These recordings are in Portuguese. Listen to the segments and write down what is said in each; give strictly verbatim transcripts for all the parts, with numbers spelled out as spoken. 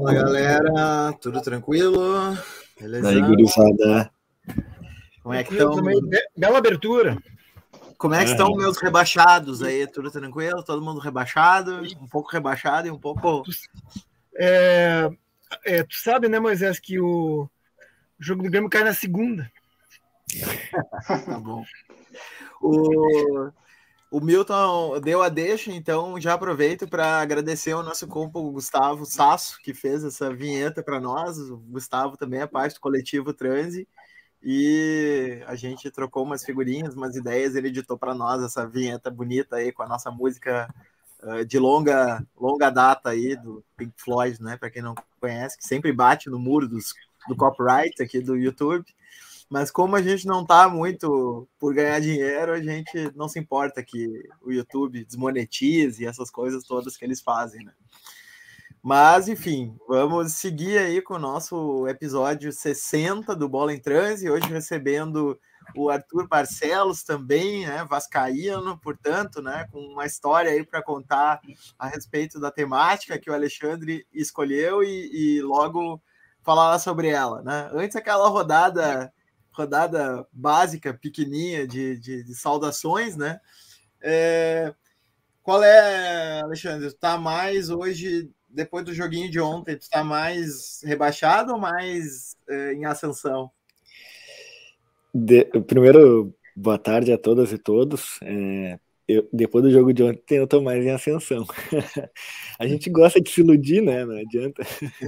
Fala, galera, tudo tranquilo? Beleza? Aí, gurizada. Como é que estão? Bela abertura. Como é que É. estão meus rebaixados aí? Tudo tranquilo? Todo mundo rebaixado? Um pouco rebaixado e um pouco... É, é, tu sabe, né, Moisés, que o jogo do Grêmio cai na segunda. Tá bom. O... O Milton deu a deixa, então já aproveito para agradecer ao nosso compo Gustavo Sasso, que fez essa vinheta para nós. O Gustavo também é parte do coletivo Transe, e a gente trocou umas figurinhas, umas ideias, ele editou para nós essa vinheta bonita aí com a nossa música uh, de longa, longa data aí do Pink Floyd, né? Para quem não conhece, que sempre bate no muro dos, do copyright aqui do YouTube. Mas como a gente não está muito por ganhar dinheiro, a gente não se importa que o YouTube desmonetize e essas coisas todas que eles fazem, né? Mas, enfim, vamos seguir aí com o nosso episódio sessenta do Bola em Transe, hoje recebendo o Arthur Barcelos também, né, vascaíno, portanto, né, com uma história aí para contar a respeito da temática que o Alexandre escolheu e, e logo falar sobre ela, né? Antes aquela rodada... rodada básica, pequenininha de, de, de saudações, né? É, qual é, Alexandre? Tu tá mais hoje, depois do joguinho de ontem, tu tá mais rebaixado ou mais é, em ascensão? De, primeiro, boa tarde a todas e todos. É, eu, depois do jogo de ontem, eu tô mais em ascensão. A gente gosta de se iludir, né? Não adianta.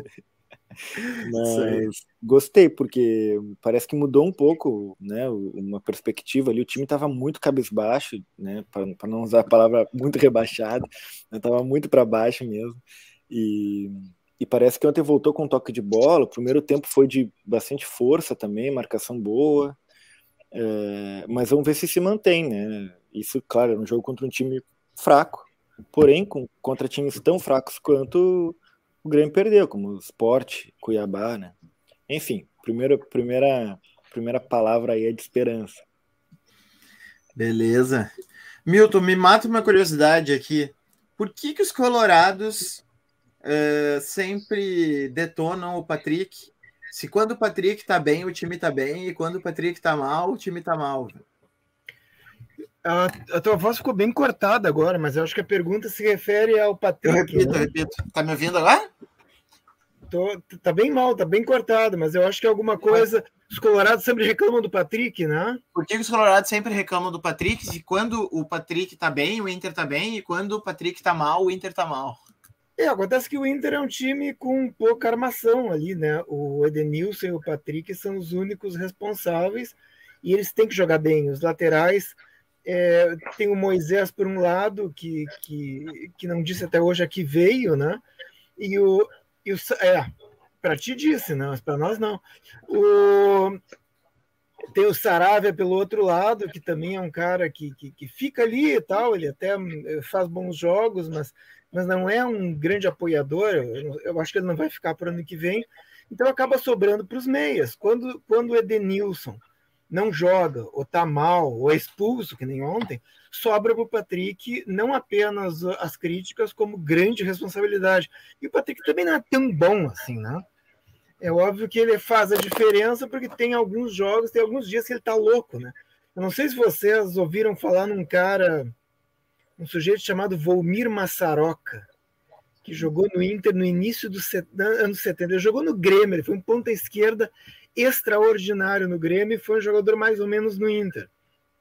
Mas gostei, porque parece que mudou um pouco, né, uma perspectiva ali. O time estava muito cabisbaixo, né, para não usar a palavra muito rebaixado, estava muito para baixo mesmo. E, e parece que ontem voltou com um toque de bola. O primeiro tempo foi de bastante força também, marcação boa. É, mas vamos ver se se mantém, né? Isso, claro, é um jogo contra um time fraco, porém com, contra times tão fracos quanto o Grêmio perdeu, como o Sport, Cuiabá, né? Enfim, primeira, primeira, primeira palavra aí é de esperança. Beleza. Milton, me mata uma curiosidade aqui. Por que que os colorados uh, sempre detonam o Patrick? Se quando o Patrick tá bem, o time tá bem, e quando o Patrick tá mal, o time tá mal. A, a tua voz ficou bem cortada agora, mas eu acho que a pergunta se refere ao Patrick. Eu repito, né? eu repito. Tá me ouvindo agora? Tô, tá bem mal, tá bem cortado, mas eu acho que é alguma coisa... Os colorados sempre reclamam do Patrick, né? Por que os colorados sempre reclamam do Patrick? Se quando o Patrick tá bem, o Inter tá bem, e quando o Patrick tá mal, o Inter tá mal. É, acontece que o Inter é um time com pouca armação ali, né? O Edenilson e o Patrick são os únicos responsáveis e eles têm que jogar bem. Os laterais, é, tem o Moisés por um lado, que, que, que não disse até hoje a que veio, né? E o... E o é, para ti disse, né? Mas para nós não. O, tem o Saravia pelo outro lado, que também é um cara que, que, que fica ali e tal, ele até faz bons jogos, mas mas não é um grande apoiador, eu, eu acho que ele não vai ficar para o ano que vem, então acaba sobrando para os meias. Quando, quando o Edenilson não joga, ou está mal, ou é expulso, que nem ontem, sobra para o Patrick não apenas as críticas, como grande responsabilidade. E o Patrick também não é tão bom assim, né? É óbvio que ele faz a diferença, porque tem alguns jogos, tem alguns dias que ele está louco, né? Eu não sei se vocês ouviram falar num cara... um sujeito chamado Volmir Massaroca, que jogou no Inter no início dos anos setenta. Ele jogou no Grêmio, ele foi um ponta esquerda extraordinário no Grêmio e foi um jogador mais ou menos no Inter.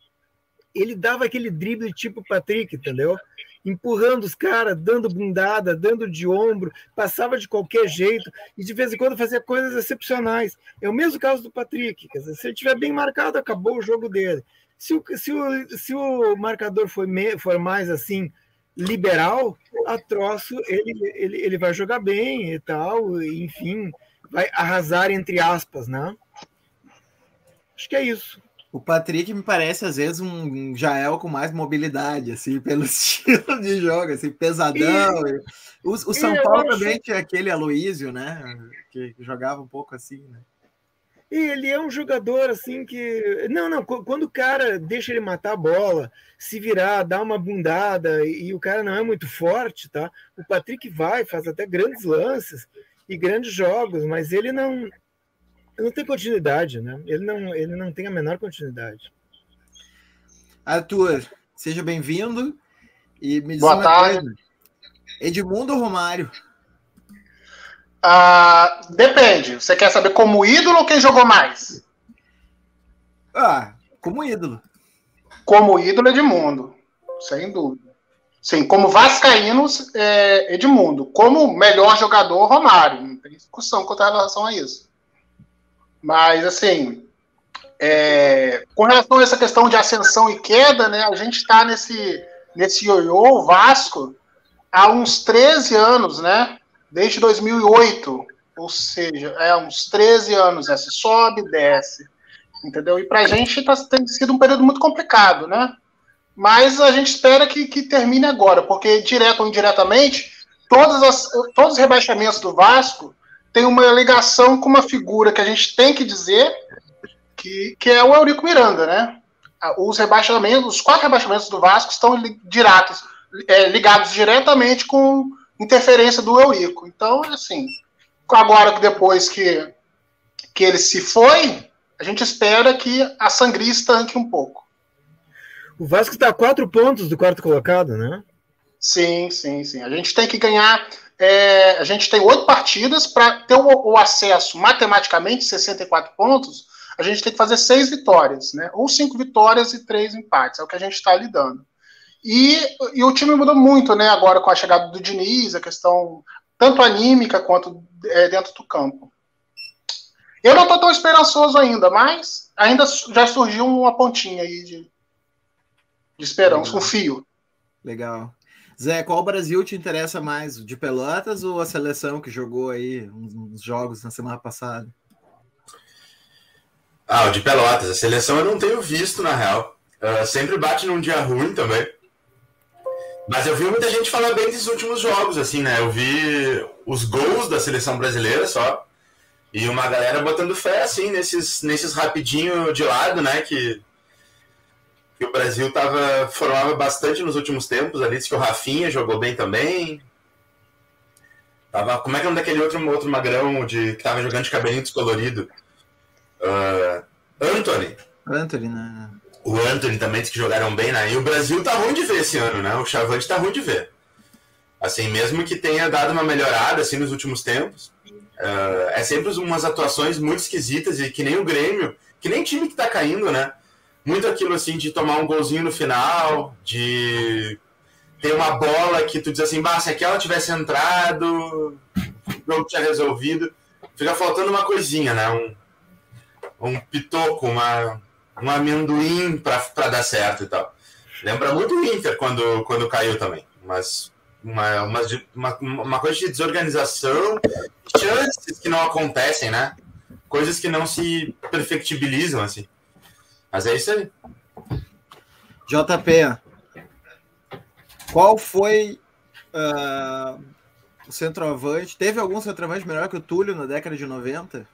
Ele dava aquele drible tipo Patrick, entendeu? Empurrando os caras, dando bundada, dando de ombro, passava de qualquer jeito e de vez em quando fazia coisas excepcionais. É o mesmo caso do Patrick. Quer dizer, se ele estiver bem marcado, acabou o jogo dele. Se o, se o, se o marcador for, me, for mais assim, liberal, a troço ele, ele, ele vai jogar bem e tal, enfim, vai arrasar entre aspas, né? Acho que é isso. O Patrick me parece, às vezes, um Jael com mais mobilidade, assim, pelo estilo de jogo, assim, pesadão. E, o, o São Paulo acho... também tinha aquele Aloísio, né? Que jogava um pouco assim, né? E ele é um jogador assim que... Não, não, quando o cara deixa ele matar a bola, se virar, dar uma bundada, e o cara não é muito forte, tá? O Patrick vai, faz até grandes lances, e grandes jogos, mas ele não, não tem continuidade, né? Ele não, ele não tem a menor continuidade. Arthur, seja bem-vindo e me diz Boa uma tarde. coisa. Edmundo ou Romário? Ah, depende. Você quer saber como ídolo ou quem jogou mais? Ah, como ídolo. Como ídolo, Edmundo. Sem dúvida. Sim, como vascaínos, é Edmundo. Como melhor jogador, Romário. Não tem discussão quanto a relação a isso. Mas, assim, é, com relação a essa questão de ascensão e queda, né, a gente está nesse, nesse ioiô Vasco há uns treze anos, né? Desde dois mil e oito. Ou seja, é uns treze anos. Né, se sobe, desce. Entendeu? E para a gente tá, tem sido um período muito complicado, né? Mas a gente espera que, que termine agora, porque direto ou indiretamente, todas as, todos os rebaixamentos do Vasco têm uma ligação com uma figura que a gente tem que dizer que, que é o Eurico Miranda, né? Os rebaixamentos, os quatro rebaixamentos do Vasco estão diretos, é, ligados diretamente com interferência do Eurico. Então, assim, agora depois que, que ele se foi, a gente espera que a sangria estanque um pouco. O Vasco está a quatro pontos do quarto colocado, né? Sim, sim, sim. A gente tem que ganhar. É, a gente tem oito partidas para ter o, o acesso matematicamente, sessenta e quatro pontos. A gente tem que fazer seis vitórias, né? Ou cinco vitórias e três empates. É o que a gente está lidando. E, e o time mudou muito, né? Agora com a chegada do Diniz, a questão tanto anímica quanto é, dentro do campo. Eu não estou tão esperançoso ainda, mas ainda já surgiu uma pontinha aí de. De esperança, Legal. Um fio. Legal. Zé, qual Brasil te interessa mais? O de Pelotas ou a seleção que jogou aí uns, uns jogos na semana passada? Ah, o de Pelotas. A seleção eu não tenho visto, na real. Uh, sempre bate num dia ruim também. Mas eu vi muita gente falar bem desses últimos jogos, assim, né? Eu vi os gols da seleção brasileira só. E uma galera botando fé, assim, nesses, nesses rapidinho de lado, né? Que... que o Brasil tava, formava bastante nos últimos tempos. Ali disse que o Rafinha jogou bem também. Tava, como é que é um daquele outro, outro magrão de, que tava jogando de cabelinho descolorido? Uh, Anthony. Anthony, né? O Anthony também disse que jogaram bem, né? E o Brasil tá ruim de ver esse ano, né? O Chavante tá ruim de ver. Assim, mesmo que tenha dado uma melhorada assim, nos últimos tempos, uh, é sempre umas atuações muito esquisitas e que nem o Grêmio, que nem time que tá caindo, né? Muito aquilo assim de tomar um golzinho no final, de ter uma bola que tu diz assim, bah, se aquela tivesse entrado, o jogo tinha resolvido. Fica faltando uma coisinha, né? Um, um pitoco, uma, um amendoim pra, pra dar certo e tal. Lembra muito o Inter quando, quando caiu também. Mas uma, uma, uma, uma coisa de desorganização, chances que não acontecem, né? Coisas que não se perfectibilizam, assim. Mas é isso aí. J P, qual foi uh, o centroavante? Teve algum centroavante melhor que o Túlio na década de noventa?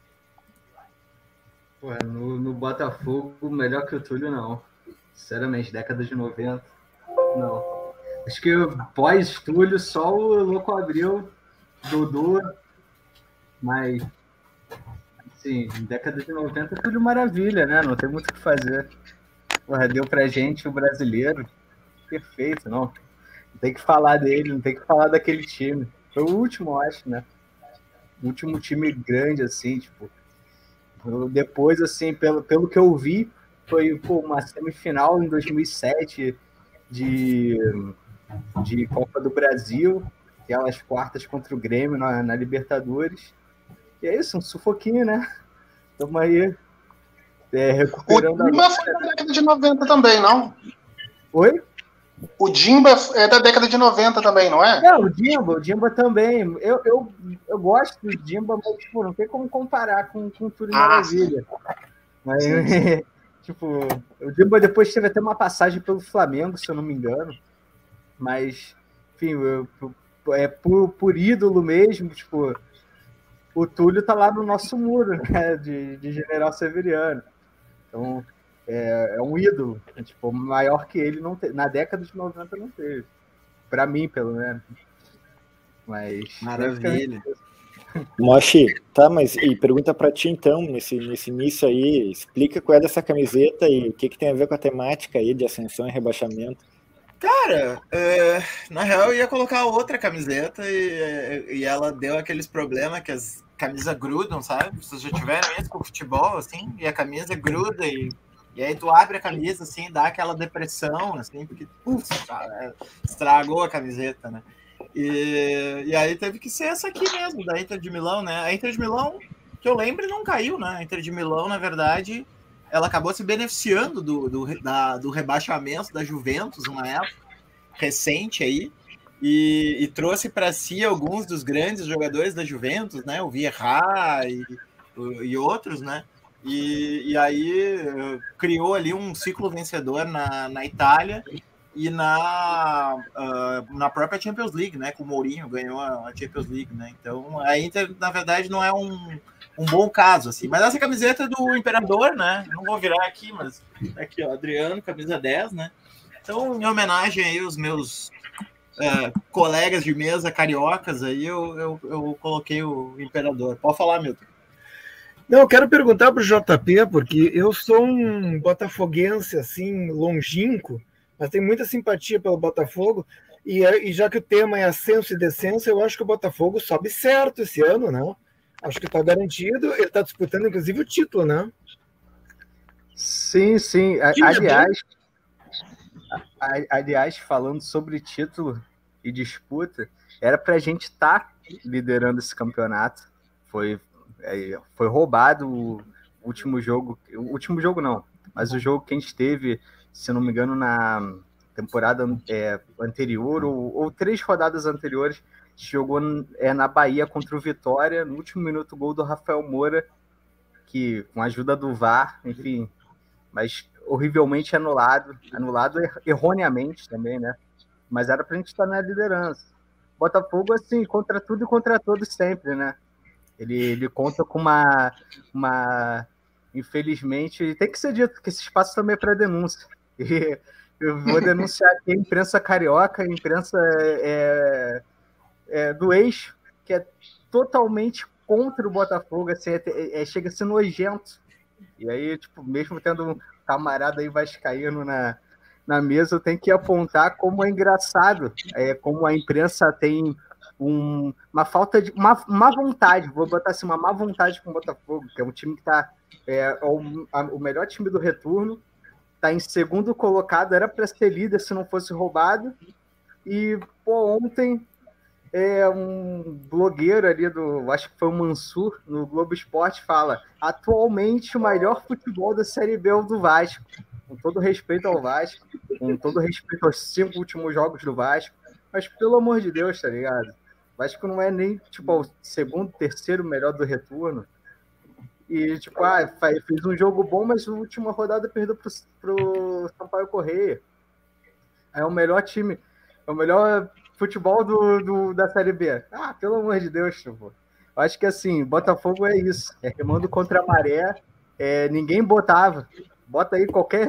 Pô, no, no Botafogo, melhor que o Túlio, não. Sinceramente, década de noventa, não. Acho que pós-Túlio, só o Louco Abreu, Dodô, mas... Sim, década de noventa, tudo maravilha, né? Não tem muito o que fazer. Porra, deu pra gente o brasileiro. Perfeito, não. Não tem que falar dele, não tem que falar daquele time. Foi o último, eu acho, né? O último time grande, assim, tipo. Depois, assim, pelo, pelo que eu vi, foi pô, uma semifinal em dois mil e sete de, de Copa do Brasil, aquelas quartas contra o Grêmio na, na Libertadores. E é isso, um sufoquinho, né? Estamos aí é, recuperando o Dimba foi da década de noventa também, não? Oi? O Dimba é da década de noventa também, não é? Não, o Dimba, o Dimba também. Eu, eu, eu gosto do Dimba, mas tipo, não tem como comparar com, com tudo em Maravilha. Ah, mas, tipo, o Dimba depois teve até uma passagem pelo Flamengo, se eu não me engano. Mas, enfim, eu, é por, por ídolo mesmo, tipo... O Túlio tá lá no nosso muro, né, de, de General Severiano. Então, é, é um ídolo. É, tipo, maior que ele não te... na década de noventa não teve. Para mim, pelo menos. Mas... Maravilha. Mochi, tá, mas e pergunta pra ti então, nesse, nesse início aí, explica qual é dessa camiseta e o que, que tem a ver com a temática aí de ascensão e rebaixamento. Cara, é, na real eu ia colocar outra camiseta e, e ela deu aqueles problemas que as camisas grudam, sabe? Vocês já tiveram isso com o futebol, assim, e a camisa gruda e, e aí tu abre a camisa, assim, dá aquela depressão, assim, porque putz, estragou a camiseta, né? E, e aí teve que ser essa aqui mesmo, da Inter de Milão, né? A Inter de Milão, que eu lembro, não caiu, né? A Inter de Milão, na verdade, ela acabou se beneficiando do, do, da, do rebaixamento da Juventus, uma época recente aí, e, e trouxe para si alguns dos grandes jogadores da Juventus, né? O Vieira e, e outros, né? E, e aí criou ali um ciclo vencedor na, na Itália e na, uh, na própria Champions League, né? Com o Mourinho ganhou a Champions League, né? Então a Inter, na verdade, não é um, um bom caso, assim. Mas essa camiseta é do Imperador, né? Não vou virar aqui, mas aqui, ó, Adriano, camisa dez, né? Então, em homenagem aí aos meus uh, colegas de mesa cariocas, aí eu, eu, eu coloquei o Imperador. Pode falar, Milton. Não, eu quero perguntar para o J P, porque eu sou um botafoguense, assim, longínquo, mas tenho muita simpatia pelo Botafogo, e, e já que o tema é ascenso e descenso, eu acho que o Botafogo sobe certo esse ano, né? Acho que está garantido, ele está disputando, inclusive, o título, né? Sim, sim. Aliás, aliás, falando sobre título e disputa, era para a gente estar tá liderando esse campeonato. Foi, foi roubado o último jogo, o último jogo não, mas o jogo que a gente teve, se não me engano, na temporada é, anterior, ou, ou três rodadas anteriores, jogou é, na Bahia contra o Vitória, no último minuto, gol do Rafael Moura, que com a ajuda do V A R, enfim, mas horrivelmente anulado, anulado erroneamente também, né? Mas era pra gente estar na liderança. Botafogo, assim, contra tudo e contra todos sempre, né? Ele, ele conta com uma, uma... Infelizmente, tem que ser dito que esse espaço também é para denúncia. E eu vou denunciar aqui a imprensa carioca, a imprensa é, é, do eixo, que é totalmente contra o Botafogo, assim, é, é, chega a ser nojento. E aí, tipo, mesmo tendo um camarada aí vascaíno na, na mesa, eu tenho que apontar como é engraçado, é, como a imprensa tem um, uma falta de... Uma má vontade, vou botar assim, uma má vontade com o Botafogo, que é um time que tá... É, o, a, o melhor time do retorno, tá em segundo colocado, era para ser líder se não fosse roubado, e, pô, ontem é, um blogueiro ali do, acho que foi o Mansur, no Globo Esporte, fala, atualmente o melhor futebol da Série B é o do Vasco, com todo respeito ao Vasco, com todo respeito aos cinco últimos jogos do Vasco, mas pelo amor de Deus, tá ligado? O Vasco não é nem, tipo, o segundo, terceiro melhor do retorno, e, tipo, ah, fez um jogo bom, mas na última rodada perdeu pro, pro Sampaio Corrêa. É o melhor time, é o melhor futebol do, do, da Série B. Ah, pelo amor de Deus, tipo. Eu acho que, assim, Botafogo é isso. É remando contra a maré. É, ninguém botava. Bota aí qualquer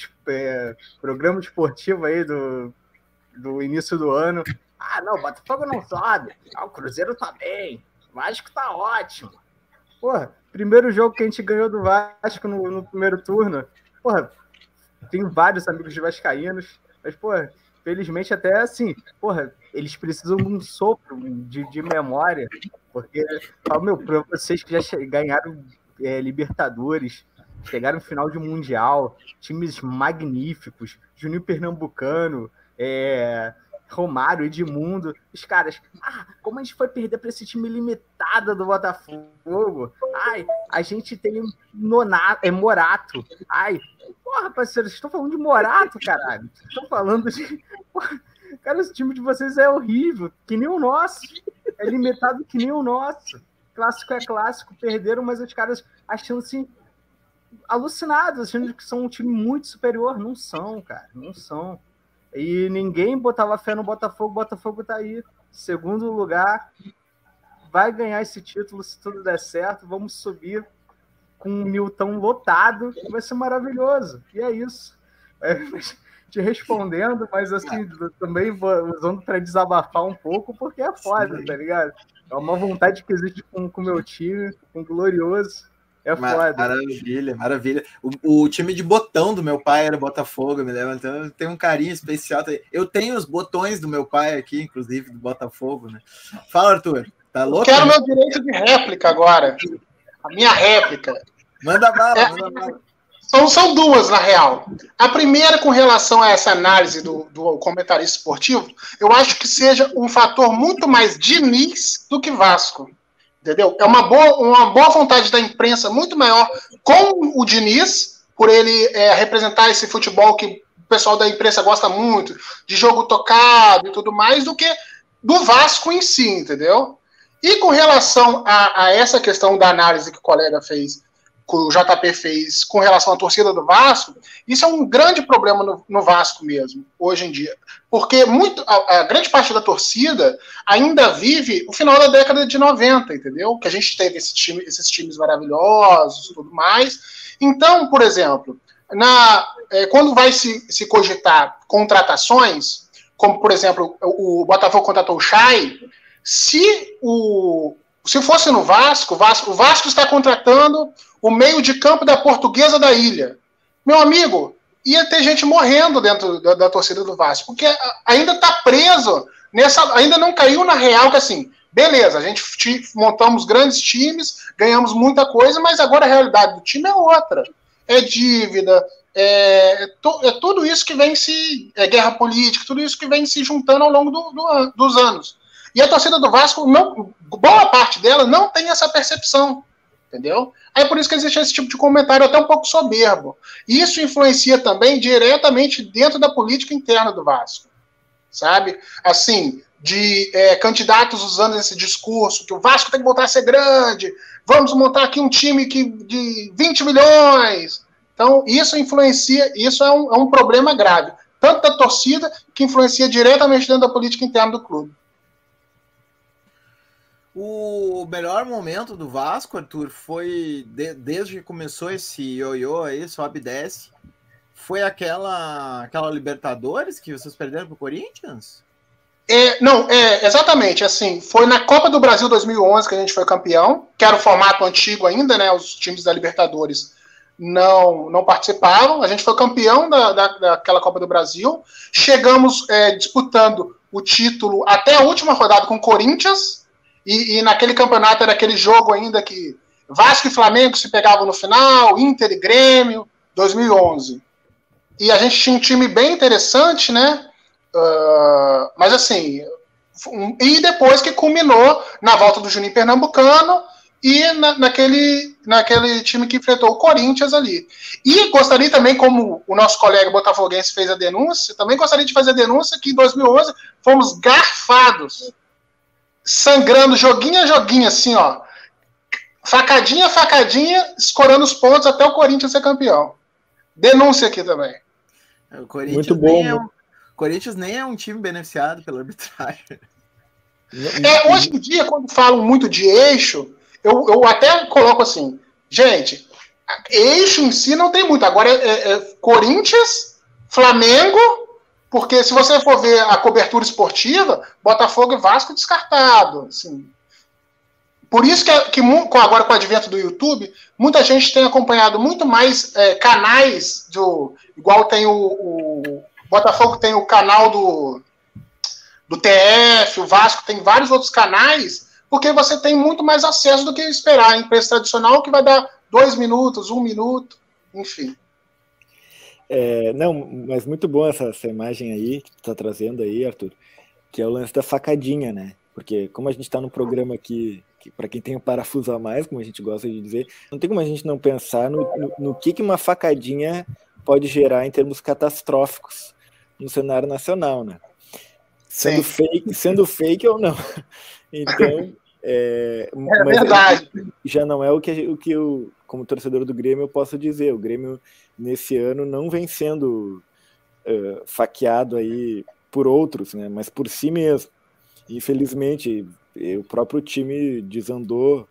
é, programa esportivo aí do, do início do ano. Ah, não, Botafogo não sobe. Ah, o Cruzeiro tá bem. O Vasco tá ótimo. Porra, primeiro jogo que a gente ganhou do Vasco no, no primeiro turno, porra, tem vários amigos de vascaínos, mas, porra, felizmente até assim, porra, eles precisam de um sopro de, de memória, porque, ó, meu, pra vocês que já ganharam é, Libertadores, chegaram no final de Mundial, times magníficos, Juninho Pernambucano, é... Romário, Edmundo, os caras, ah, como a gente foi perder para esse time limitado do Botafogo? Ai, a gente tem Nonato, é Morato. Ai, porra, parceiro, vocês estão falando de Morato, caralho. Estão falando de... Porra, cara, esse time de vocês é horrível, que nem o nosso. É limitado que nem o nosso. Clássico é clássico, perderam, mas os caras achando assim, alucinados, achando que são um time muito superior. Não são, cara, não são. E ninguém botava fé no Botafogo, o Botafogo tá aí, segundo lugar, vai ganhar esse título se tudo der certo, vamos subir com o Milton lotado, vai ser maravilhoso, e é isso. É, te respondendo, mas assim, também vou usando para desabafar um pouco, porque é foda, Sim. tá ligado? É uma vontade que existe com o meu time, com o Glorioso. É foda. Maravilha, maravilha. O, o time de botão do meu pai era Botafogo, me lembra, então eu tenho um carinho especial. Eu tenho os botões do meu pai aqui, inclusive, do Botafogo, né? Fala, Arthur. Tá louco? Quero meu direito de réplica agora. A minha réplica. Manda bala, é, manda bala. São, são duas, na real. A primeira, com relação a essa análise do, do comentarista esportivo, eu acho que seja um fator muito mais Diniz do que Vasco. Entendeu? É uma boa, uma boa vontade da imprensa muito maior com o Diniz, por ele é, representar esse futebol que o pessoal da imprensa gosta muito, de jogo tocado e tudo mais, do que do Vasco em si, entendeu? E com relação a, a essa questão da análise que o colega fez, que o J P fez com relação à torcida do Vasco, isso é um grande problema no, no Vasco mesmo, hoje em dia. Porque muito, a, a grande parte da torcida ainda vive o final da década de noventa, entendeu? Que a gente teve esse time, esses times maravilhosos e tudo mais. Então, por exemplo, na, é, quando vai se, se cogitar contratações, como, por exemplo, o, o Botafogo contratou o Chay, se, o, se fosse no Vasco, o Vasco, o Vasco está contratando o meio de campo da Portuguesa da Ilha. Meu amigo, ia ter gente morrendo dentro da, da torcida do Vasco, porque ainda está preso, nessa, ainda não caiu na real que assim, beleza, a gente montamos grandes times, ganhamos muita coisa, mas agora a realidade do time é outra. É dívida, é, é, to, é tudo isso que vem se... É guerra política, tudo isso que vem se juntando ao longo do, do, dos anos. E a torcida do Vasco, não, boa parte dela, não tem essa percepção. Entendeu? Aí é por isso que existe esse tipo de comentário até um pouco soberbo. Isso influencia também diretamente dentro da política interna do Vasco. Sabe? Assim, de é, candidatos usando esse discurso que o Vasco tem que voltar a ser grande, vamos montar aqui um time que, de vinte milhões. Então, isso influencia, isso é um, é um problema grave. Tanto da torcida, que influencia diretamente dentro da política interna do clube. O melhor momento do Vasco, Arthur, foi de, desde que começou esse ioiô aí, sobe e desce, foi aquela, aquela Libertadores que vocês perderam pro Corinthians? É, não, é, exatamente, assim, foi na Copa do Brasil dois mil e onze que a gente foi campeão, que era o formato antigo ainda, né, os times da Libertadores não, não participavam, a gente foi campeão da, da, daquela Copa do Brasil, chegamos é, disputando o título até a última rodada com o Corinthians. E, e naquele campeonato era aquele jogo ainda que Vasco e Flamengo se pegavam no final, Inter e Grêmio, dois mil e onze. E a gente tinha um time bem interessante, né? Uh, mas assim, um, e depois que culminou na volta do Juninho Pernambucano e na, naquele, naquele time que enfrentou o Corinthians ali. E gostaria também, como o nosso colega botafoguense fez a denúncia, também gostaria de fazer a denúncia que em dois mil e onze fomos garfados, sangrando joguinho a joguinho, assim, ó. Facadinha, facadinha, escorando os pontos até o Corinthians ser campeão. Denúncia aqui também. O Corinthians Muito bom. Nem é um, Corinthians nem é um time beneficiado pela arbitragem. É, hoje em dia, quando falam muito de eixo, eu, eu até coloco assim, gente, eixo em si não tem muito. Agora é, é, é Corinthians, Flamengo... Porque se você for ver a cobertura esportiva, Botafogo e Vasco descartado. Assim. Por isso que, que agora com o advento do YouTube, muita gente tem acompanhado muito mais é, canais, do, igual tem o, o Botafogo tem o canal do, do T F, o Vasco tem vários outros canais, porque você tem muito mais acesso do que esperar a imprensa tradicional, que vai dar dois minutos, um minuto, enfim. É, não, mas muito bom essa, essa imagem aí que tu tá trazendo aí, Arthur, que é o lance da facadinha, né? Porque como a gente tá no programa aqui, que, para quem tem um parafuso a mais, como a gente gosta de dizer, não tem como a gente não pensar no, no, no que, que uma facadinha pode gerar em termos catastróficos no cenário nacional, né? Sendo fake, sendo fake ou não. Então, é, é verdade. Já não é o que, o que eu, como torcedor do Grêmio, eu posso dizer. O Grêmio, nesse ano, não vem sendo uh, faqueado aí por outros, né, mas por si mesmo. Infelizmente, o próprio time desandou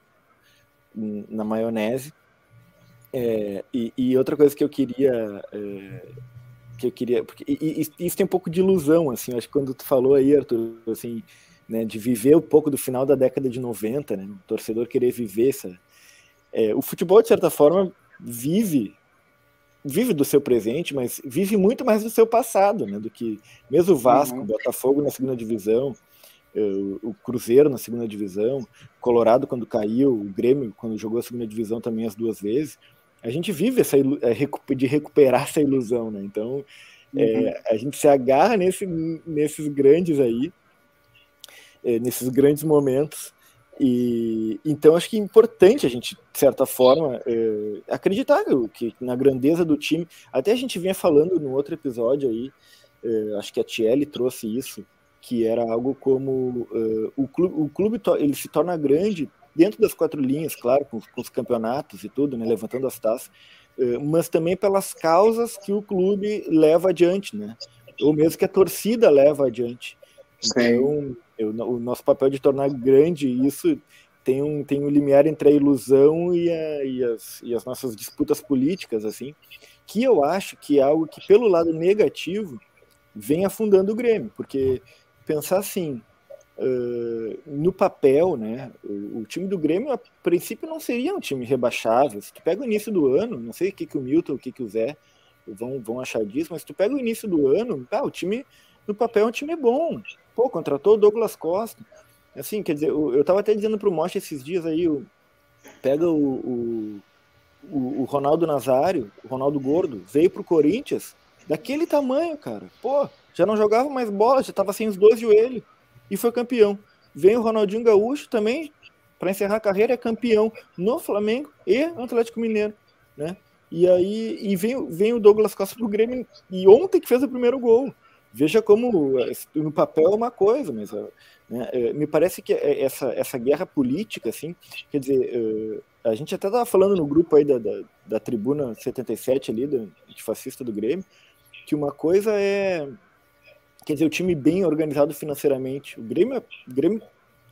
na maionese. É, e, e outra coisa que eu queria é, que eu queria... Porque, e, e, isso tem um pouco de ilusão, assim, acho que quando tu falou aí, Arthur, assim, né, de viver um pouco do final da década de noventa, né, o torcedor querer viver essa... É, o futebol, de certa forma, vive vive do seu presente, mas vive muito mais do seu passado, né, do que mesmo o Vasco, o uhum. Botafogo na segunda divisão, o Cruzeiro na segunda divisão, Colorado quando caiu, o Grêmio quando jogou a segunda divisão também as duas vezes. A gente vive essa de recuperar essa ilusão, né? Então uhum. é, a gente se agarra nesse, nesses grandes aí, é, nesses grandes momentos. E então acho que é importante a gente, de certa forma, é, acreditar que na grandeza do time. Até a gente vinha falando no outro episódio aí, é, acho que a Thiele trouxe isso, que era algo como uh, o clube, o clube to- ele se torna grande dentro das quatro linhas, claro, com, com os campeonatos e tudo, né, levantando as taças, uh, mas também pelas causas que o clube leva adiante, né, ou mesmo que a torcida leva adiante. Então, eu, o nosso papel de tornar grande isso tem um, tem um limiar entre a ilusão e, a, e, as, e as nossas disputas políticas, assim, que eu acho que é algo que, pelo lado negativo, vem afundando o Grêmio, porque pensar assim, uh, no papel, né, o, o time do Grêmio, a princípio, não seria um time rebaixável. Se tu pega o início do ano, não sei o que, que o Milton, o que, que o Zé vão, vão achar disso, mas se tu pega o início do ano, ah, o time, no papel, é um time bom. Pô, contratou o Douglas Costa. Assim, quer dizer, eu, eu tava até dizendo pro Mocha esses dias aí, o, pega o, o, o, o Ronaldo Nazário, o Ronaldo Gordo, veio pro Corinthians, daquele tamanho, cara. Pô, já não jogava mais bola, já tava sem os dois joelhos e foi campeão. Vem o Ronaldinho Gaúcho também, para encerrar a carreira, é campeão no Flamengo e no Atlético Mineiro, né? E aí e vem, vem o Douglas Costa pro Grêmio, e ontem que fez o primeiro gol. Veja como no papel é uma coisa, mas né, me parece que essa, essa guerra política, assim, quer dizer, a gente até estava falando no grupo aí da, da, da Tribuna setenta e sete ali, do antifascista do Grêmio, que uma coisa é, quer dizer, o time bem organizado financeiramente. O Grêmio, o Grêmio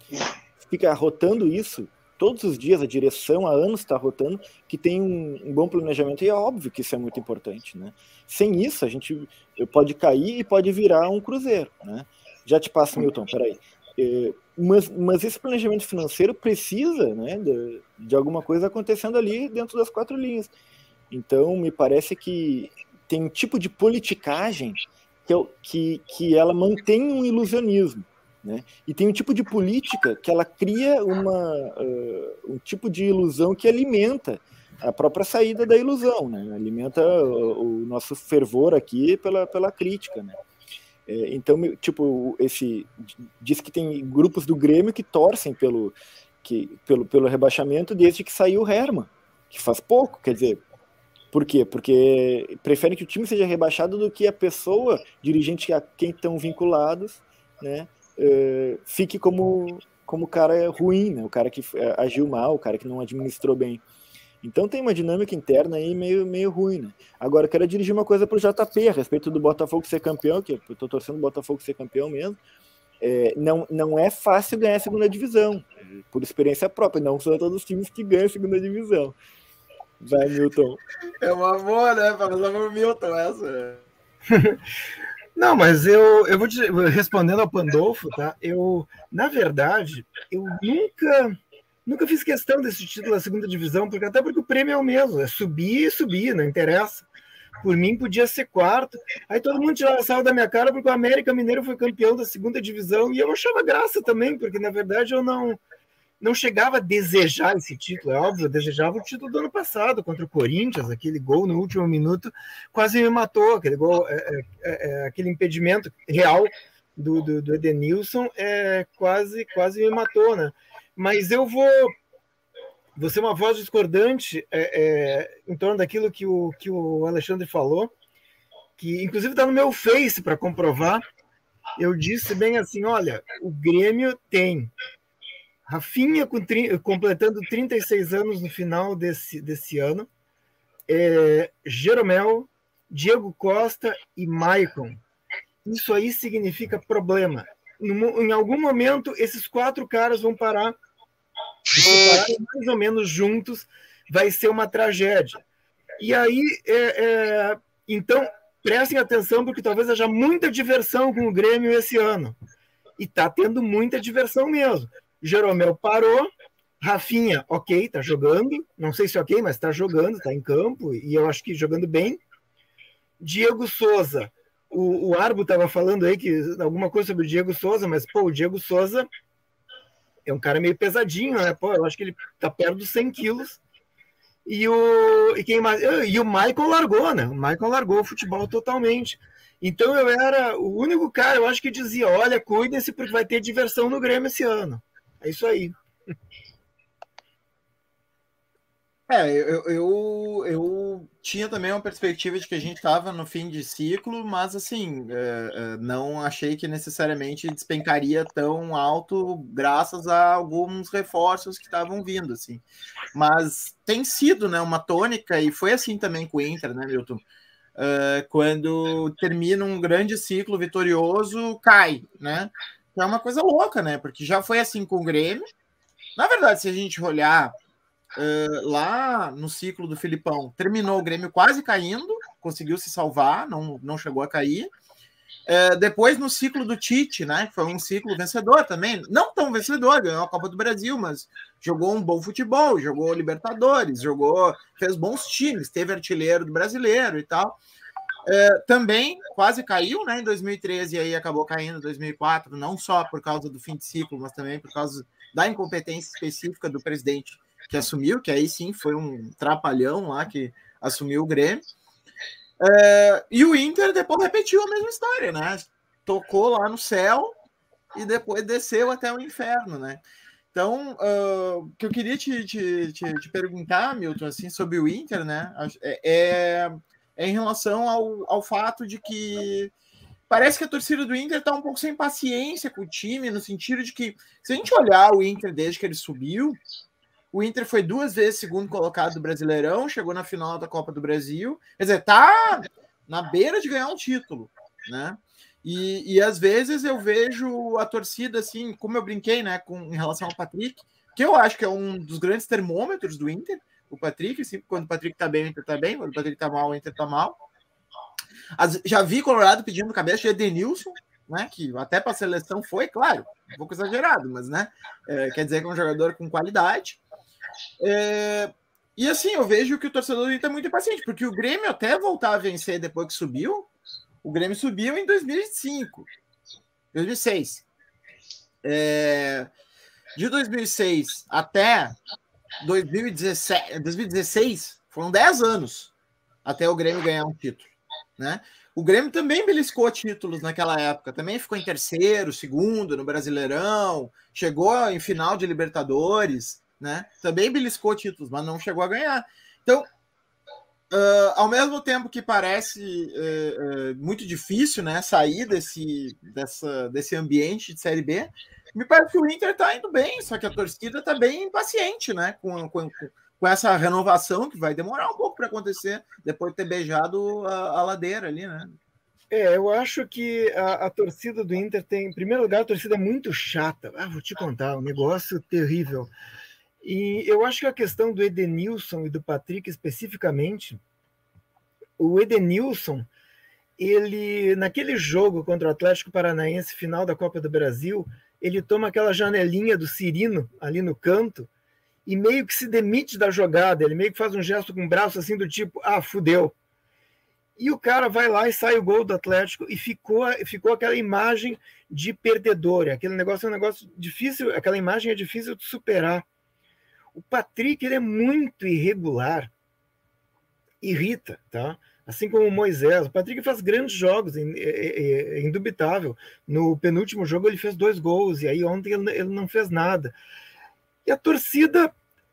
fica rotando isso todos os dias, a direção há anos está rotando, que tem um, um bom planejamento, e é óbvio que isso é muito importante, né? Sem isso, a gente pode cair e pode virar um Cruzeiro, né? Já te passo, Milton, peraí. É, mas, mas esse planejamento financeiro precisa, né, de, de alguma coisa acontecendo ali dentro das quatro linhas. Então, me parece que tem um tipo de politicagem que, é, que, que ela mantém um ilusionismo, né? E tem um tipo de política que ela cria uma, uh, um tipo de ilusão que alimenta a própria saída da ilusão, né? Alimenta o, o nosso fervor aqui pela, pela crítica, né? É, então, tipo, esse diz que tem grupos do Grêmio que torcem pelo, que, pelo, pelo rebaixamento desde que saiu o Hermann, que faz pouco, quer dizer, por quê? Porque preferem que o time seja rebaixado do que a pessoa, dirigente a quem estão vinculados, né? Uh, fique como como cara ruim, né? O cara que uh, agiu mal, o cara que não administrou bem. Então tem uma dinâmica interna aí meio, meio ruim, né? Agora eu quero dirigir uma coisa pro J P a respeito do Botafogo ser campeão, que eu tô torcendo o Botafogo ser campeão mesmo. É, não, não é fácil ganhar a segunda divisão, por experiência própria, não são todos os times que ganham a segunda divisão. Vai, Milton. É uma boa, né? Para usar o Milton essa. Não, mas eu, eu vou te, respondendo ao Pandolfo, tá? Eu, na verdade, eu nunca, nunca fiz questão desse título da segunda divisão, porque até porque o prêmio é o mesmo, é subir e subir, não interessa. Por mim, podia ser quarto. Aí todo mundo tirava sarro da minha cara porque o América Mineiro foi campeão da segunda divisão e eu achava graça também, porque na verdade eu não, não chegava a desejar esse título, é óbvio, eu desejava o título do ano passado contra o Corinthians, aquele gol no último minuto quase me matou, aquele gol, é, é, é, aquele impedimento real do, do, do Edenilson é, quase, quase me matou, né? Mas eu vou, vou ser uma voz discordante é, é, em torno daquilo que o, que o Alexandre falou, que inclusive está no meu Face para comprovar. Eu disse bem assim, olha, o Grêmio tem Rafinha com, completando trinta e seis anos no final desse, desse ano, é, Jeromel, Diego Costa e Maicon. Isso aí significa problema. No, em algum momento, esses quatro caras vão parar, e se pararem mais ou menos juntos, vai ser uma tragédia. E aí, é, é, então, prestem atenção, porque talvez haja muita diversão com o Grêmio esse ano. E tá tendo muita diversão mesmo. Jeromel parou, Rafinha, ok, tá jogando, não sei se ok, mas tá jogando, tá em campo, e eu acho que jogando bem. Diego Souza, o, o Arbo tava falando aí que alguma coisa sobre o Diego Souza, mas, pô, o Diego Souza é um cara meio pesadinho, né? Pô, eu acho que ele tá perto dos cem quilos. E o, e quem mais? E o Michael largou, né? O Michael largou o futebol totalmente. Então eu era o único cara, eu acho que dizia, olha, cuidem-se porque vai ter diversão no Grêmio esse ano. É isso aí. É, eu, eu, eu tinha também uma perspectiva de que a gente estava no fim de ciclo, mas assim, é, não achei que necessariamente despencaria tão alto graças a alguns reforços que estavam vindo, assim. Mas tem sido, né, uma tônica, e foi assim também com o Inter, né, Milton? Uh, quando termina um grande ciclo vitorioso, cai, né? É uma coisa louca, né? Porque já foi assim com o Grêmio. Na verdade, se a gente olhar uh, lá no ciclo do Filipão, terminou o Grêmio quase caindo, conseguiu se salvar, não, não chegou a cair. Uh, depois, no ciclo do Tite, né? Que foi um ciclo vencedor também. Não tão vencedor, ganhou a Copa do Brasil, mas jogou um bom futebol, jogou Libertadores, jogou, fez bons times, teve artilheiro do brasileiro e tal. Uh, também quase caiu, né? Em dois mil e treze, e aí acabou caindo em dois mil e quatro, não só por causa do fim de ciclo, mas também por causa da incompetência específica do presidente que assumiu, que aí sim foi um trapalhão lá que assumiu o Grêmio. Uh, e o Inter depois repetiu a mesma história, né? Tocou lá no céu e depois desceu até o inferno, né? Então, uh, o que eu queria te, te, te, te perguntar, Milton, assim, sobre o Inter, né? É, é em relação ao, ao fato de que parece que a torcida do Inter está um pouco sem paciência com o time, no sentido de que, se a gente olhar o Inter desde que ele subiu, o Inter foi duas vezes segundo colocado do Brasileirão, chegou na final da Copa do Brasil, quer dizer, tá na beira de ganhar um título, né? E, e às vezes eu vejo a torcida, assim, como eu brinquei, né, com, em relação ao Patrick, que eu acho que é um dos grandes termômetros do Inter, o Patrick, assim, quando o Patrick tá bem, o Inter tá bem, quando o Patrick tá mal, o Inter tá mal. As, já vi Colorado pedindo cabeça de Edenilson, né, que até para a seleção foi, claro, um pouco exagerado, mas, né, é, quer dizer que é um jogador com qualidade. É, e assim, eu vejo que o torcedor do Inter é muito impaciente, porque o Grêmio até voltar a vencer depois que subiu, o Grêmio subiu em dois mil e cinco, dois mil e seis. É, de dois mil e seis até dois mil e dezessete, dois mil e dezesseis, foram dez anos até o Grêmio ganhar um título, né? O Grêmio também beliscou títulos naquela época, também ficou em terceiro, segundo no Brasileirão, chegou em final de Libertadores, né? Também beliscou títulos, mas não chegou a ganhar. Então, uh, ao mesmo tempo que parece uh, uh, muito difícil, né, sair desse, dessa, desse ambiente de Série B, me parece que o Inter está indo bem, só que a torcida está bem impaciente, né, com, com, com essa renovação que vai demorar um pouco para acontecer, depois de ter beijado a, a ladeira ali, né? É, eu acho que a, a torcida do Inter tem, em primeiro lugar, a torcida é muito chata. Ah, vou te contar, um negócio terrível. E eu acho que a questão do Edenilson e do Patrick especificamente, o Edenilson, ele, naquele jogo contra o Atlético Paranaense, final da Copa do Brasil, ele toma aquela janelinha do Cirino ali no canto e meio que se demite da jogada, ele meio que faz um gesto com o braço assim do tipo, ah, fudeu. E o cara vai lá e sai o gol do Atlético e ficou, ficou aquela imagem de perdedor, aquele negócio é um negócio difícil, aquela imagem é difícil de superar. O Patrick, ele é muito irregular, irrita, tá? Assim como o Moisés. O Patrick faz grandes jogos, é, é, é indubitável. No penúltimo jogo ele fez dois gols, e aí ontem ele, ele não fez nada. E a torcida,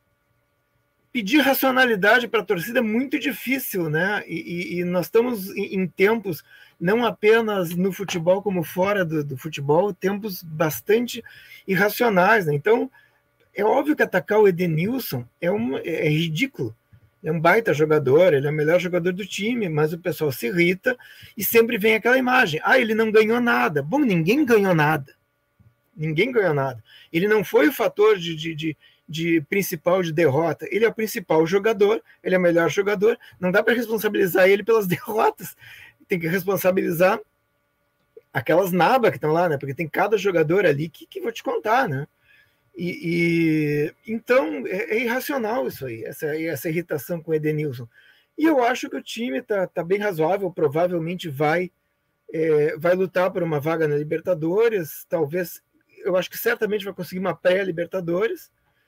pedir racionalidade para a torcida é muito difícil, né? E, e, e nós estamos em, em tempos, não apenas no futebol como fora do, do futebol, tempos bastante irracionais, né? Então, é óbvio que atacar o Edenilson é, um, é ridículo. É um baita jogador, ele é o melhor jogador do time, mas o pessoal se irrita e sempre vem aquela imagem. Ah, ele não ganhou nada. Bom, ninguém ganhou nada. Ninguém ganhou nada. Ele não foi o fator de, de, de, de principal de derrota. Ele é o principal jogador, ele é o melhor jogador. Não dá para responsabilizar ele pelas derrotas. tem que responsabilizar aquelas nabas que estão lá, né? Porque tem cada jogador ali que, que vou te contar, né? E, e então é, é irracional isso aí, essa, essa irritação com o Edenilson. E eu acho que o time tá, tá bem razoável, provavelmente vai, é, vai lutar por uma vaga na Libertadores, talvez, eu acho que certamente vai conseguir uma pré-Libertadores,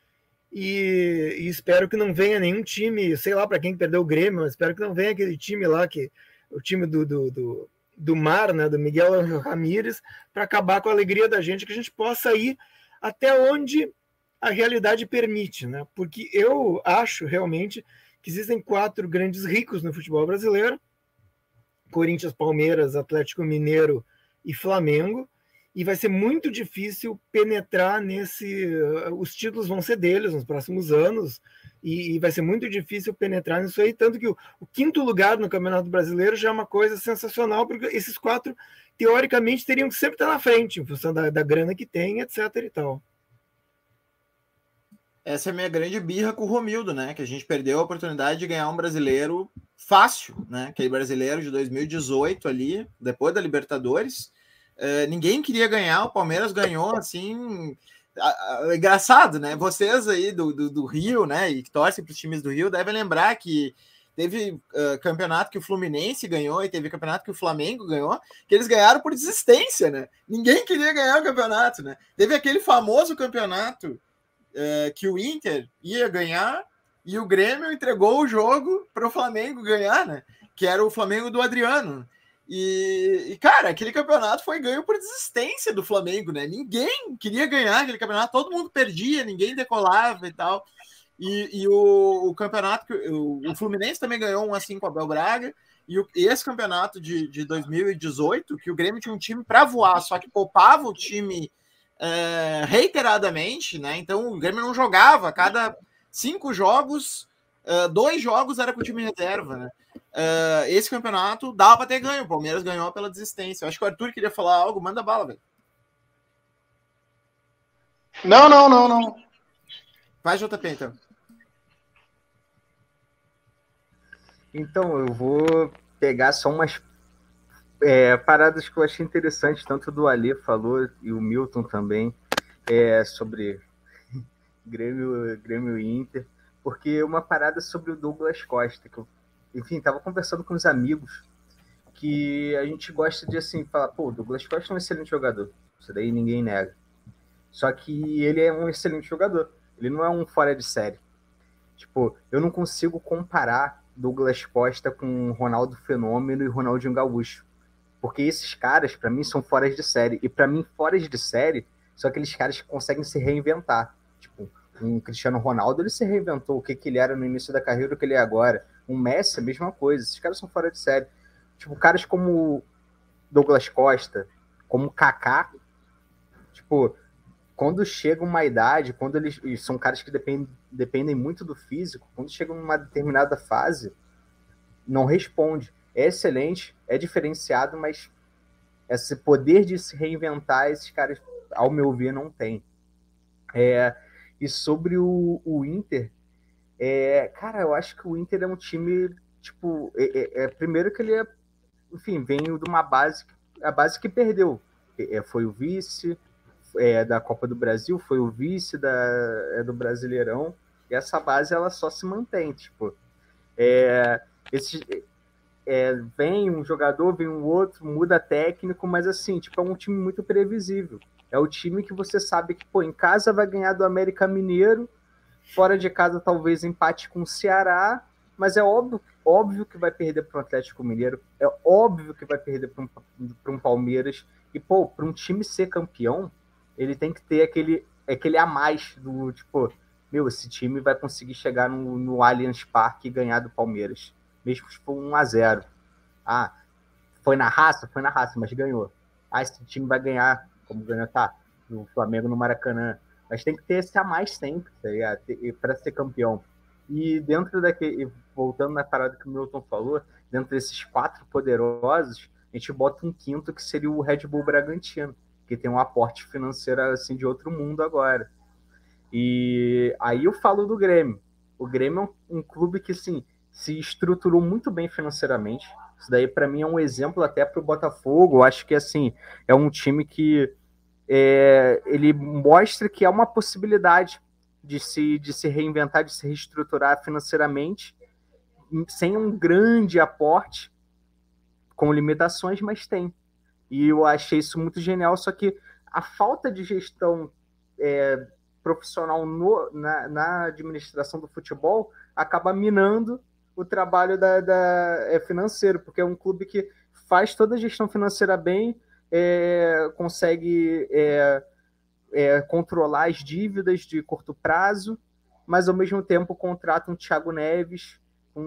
e, e espero que não venha nenhum time, sei lá para quem perdeu o Grêmio, mas espero que não venha aquele time lá, que o time do, do, do, do Mar, né, do Miguel Ramírez, para acabar com a alegria da gente, que a gente possa ir até onde a realidade permite, né? Porque eu acho realmente que existem quatro grandes ricos no futebol brasileiro: Corinthians, Palmeiras, Atlético Mineiro e Flamengo, e vai ser muito difícil penetrar nesse... Os títulos vão ser deles nos próximos anos, e, e vai ser muito difícil penetrar nisso aí, tanto que o, o quinto lugar no Campeonato Brasileiro já é uma coisa sensacional, porque esses quatro, teoricamente, teriam que sempre estar na frente, em função da, da grana que tem, etc e tal. Essa é a minha grande birra com o Romildo, né? Que a gente perdeu a oportunidade de ganhar um brasileiro fácil, né? Aquele brasileiro de dois mil e dezoito ali, depois da Libertadores. Uh, ninguém queria ganhar, o Palmeiras ganhou, assim... Uh, uh, engraçado, né? Vocês aí do, do, do Rio, né? E que torcem para os times do Rio, devem lembrar que teve uh, campeonato que o Fluminense ganhou e teve campeonato que o Flamengo ganhou, que eles ganharam por desistência, né? Ninguém queria ganhar o campeonato, né? Teve aquele famoso campeonato Uh, que o Inter ia ganhar e o Grêmio entregou o jogo para o Flamengo ganhar, né? Que era o Flamengo do Adriano. E, e, cara, aquele campeonato foi ganho por desistência do Flamengo, né? Ninguém queria ganhar aquele campeonato, todo mundo perdia, ninguém decolava e tal. E, e o, o campeonato, o, o Fluminense também ganhou um assim com o Abel Braga. E, o, e esse campeonato de, de dois mil e dezoito, que o Grêmio tinha um time para voar, só que poupava o time Uh, reiteradamente, né? Então o Grêmio não jogava. Cada cinco jogos, uh, dois jogos era com o time reserva, né? Uh, esse campeonato dava para ter ganho. O Palmeiras ganhou pela desistência. Eu acho que o Arthur queria falar algo. Manda bala, velho. Não, não, não, não. Vai, J P, então. Então, eu vou pegar só umas É, paradas que eu achei interessantes, tanto do Alê falou e o Milton também, é, sobre Grêmio, Grêmio e Inter, porque uma parada sobre o Douglas Costa, que eu, enfim, estava conversando com os amigos, que a gente gosta de, assim, falar, pô, o Douglas Costa é um excelente jogador, isso daí ninguém nega, só que ele é um excelente jogador, ele não é um fora de série. Tipo, eu não consigo comparar Douglas Costa com Ronaldo Fenômeno e Ronaldinho Gaúcho, porque esses caras, para mim, são fora de série. E para mim, fora de série, são aqueles caras que conseguem se reinventar. Tipo, um Cristiano Ronaldo, ele se reinventou. O que, que ele era no início da carreira, o que ele é agora. Um Messi, a mesma coisa. Esses caras são fora de série. Tipo, caras como Douglas Costa, como Kaká, tipo, quando chega uma idade, quando eles... E são caras que dependem, dependem muito do físico. Quando chegam numa determinada fase, não responde. É excelente, é diferenciado, mas esse poder de se reinventar, esses caras, ao meu ver, não tem. É, e sobre o, o Inter, é, cara, eu acho que o Inter é um time, tipo, é, é, primeiro que ele é, enfim, vem de uma base, a base que perdeu. É, foi o vice é, da Copa do Brasil, foi o vice da, é, do Brasileirão, e essa base, ela só se mantém, tipo, é, esses... É, vem um jogador, vem um outro, muda técnico, mas assim, tipo, é um time muito previsível. É o time que você sabe que, pô, em casa vai ganhar do América Mineiro, fora de casa talvez empate com o Ceará, mas é óbvio, óbvio que vai perder para o Atlético Mineiro, é óbvio que vai perder para um, para um Palmeiras, e, pô, para um time ser campeão, ele tem que ter aquele, aquele a mais do, tipo, meu, esse time vai conseguir chegar no, no Allianz Parque e ganhar do Palmeiras. Mesmo se for um a zero. Ah, foi na raça? Foi na raça, mas ganhou. Ah, esse time vai ganhar, como ganhou, tá, o Flamengo no Maracanã. Mas tem que ter esse a mais sempre, tá ligado? Para ser campeão. E dentro daquele, voltando na parada que o Milton falou, dentro desses quatro poderosos, a gente bota um quinto que seria o Red Bull Bragantino, que tem um aporte financeiro assim de outro mundo agora. E aí eu falo do Grêmio. O Grêmio é um, um clube que, assim, se estruturou muito bem financeiramente. Isso daí, para mim, é um exemplo até para o Botafogo. Eu acho que, assim, é um time que é, ele mostra que é uma possibilidade de se, de se reinventar, de se reestruturar financeiramente, sem um grande aporte, com limitações, mas tem. E eu achei isso muito genial, só que a falta de gestão é, profissional no, na, na administração do futebol acaba minando o trabalho da, da, é, financeiro, porque é um clube que faz toda a gestão financeira bem, é, consegue é, é, controlar as dívidas de curto prazo, mas ao mesmo tempo contrata um Thiago Neves,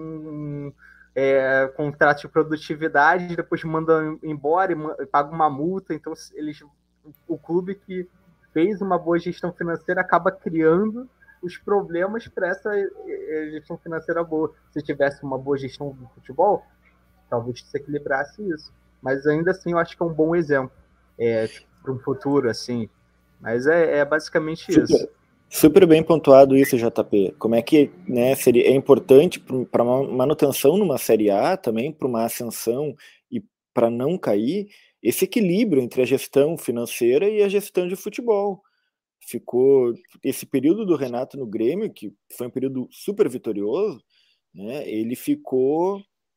um é, contrato de produtividade, depois manda embora e paga uma multa. Então eles, o clube que fez uma boa gestão financeira acaba criando os problemas para essa gestão financeira boa. Se tivesse uma boa gestão do futebol, talvez se equilibrasse isso. Mas ainda assim eu acho que é um bom exemplo é, para um futuro, assim. Mas é, é basicamente super, isso. Super bem pontuado isso, J P. Como é que, né, seria, é importante para manutenção numa Série A, também para uma ascensão e para não cair, esse equilíbrio entre a gestão financeira e a gestão de futebol. Ficou esse período do Renato no Grêmio, que foi um período super vitorioso, né? Ele ficou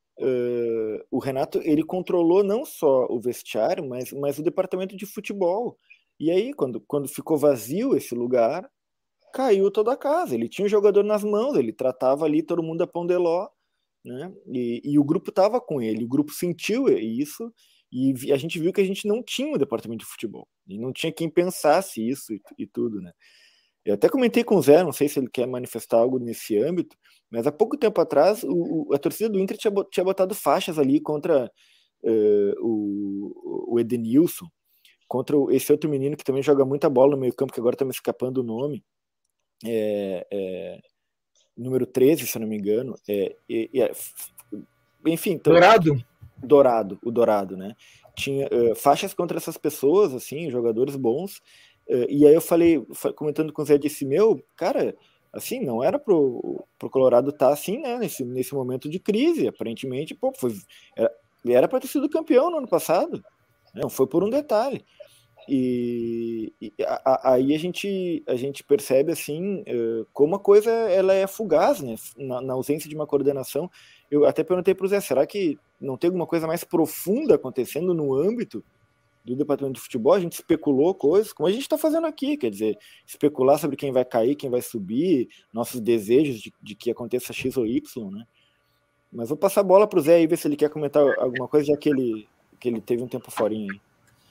uh, o Renato, ele controlou não só o vestiário, mas, mas o departamento de futebol. E aí, quando, quando ficou vazio esse lugar, caiu toda a casa. Ele tinha o jogador nas mãos, ele tratava ali todo mundo a pão de ló, né? E, e o grupo estava com ele, o grupo sentiu isso. E a gente viu que a gente não tinha um departamento de futebol. E não tinha quem pensasse isso e, e tudo, né? Eu até comentei com o Zé, não sei se ele quer manifestar algo nesse âmbito, mas há pouco tempo atrás o, o, a torcida do Inter tinha, tinha botado faixas ali contra uh, o, o Edenilson, contra esse outro menino que também joga muita bola no meio campo, que agora está me escapando o nome, é, é, número treze, se eu não me engano. É, é, é, enfim... Então, Dourado? Dourado, o Dourado, né? Tinha uh, faixas contra essas pessoas, assim, jogadores bons. Uh, e aí eu falei, comentando com o Zé, disse, meu, cara, assim, não era pro, pro Colorado estar tá assim, né? Nesse, nesse momento de crise, aparentemente, pô, foi, era para ter sido campeão no ano passado. Não, foi por um detalhe. E, e a, a, aí a gente, a gente percebe, assim, uh, como a coisa ela é fugaz, né? Na, na ausência de uma coordenação. Eu até perguntei para o Zé, será que não tem alguma coisa mais profunda acontecendo no âmbito do departamento de futebol? A gente especulou coisas, como a gente está fazendo aqui, quer dizer, especular sobre quem vai cair, quem vai subir, nossos desejos de, de que aconteça X ou Y, né? Mas vou passar a bola para o Zé e ver se ele quer comentar alguma coisa, já que ele, que ele teve um tempo forinho aí.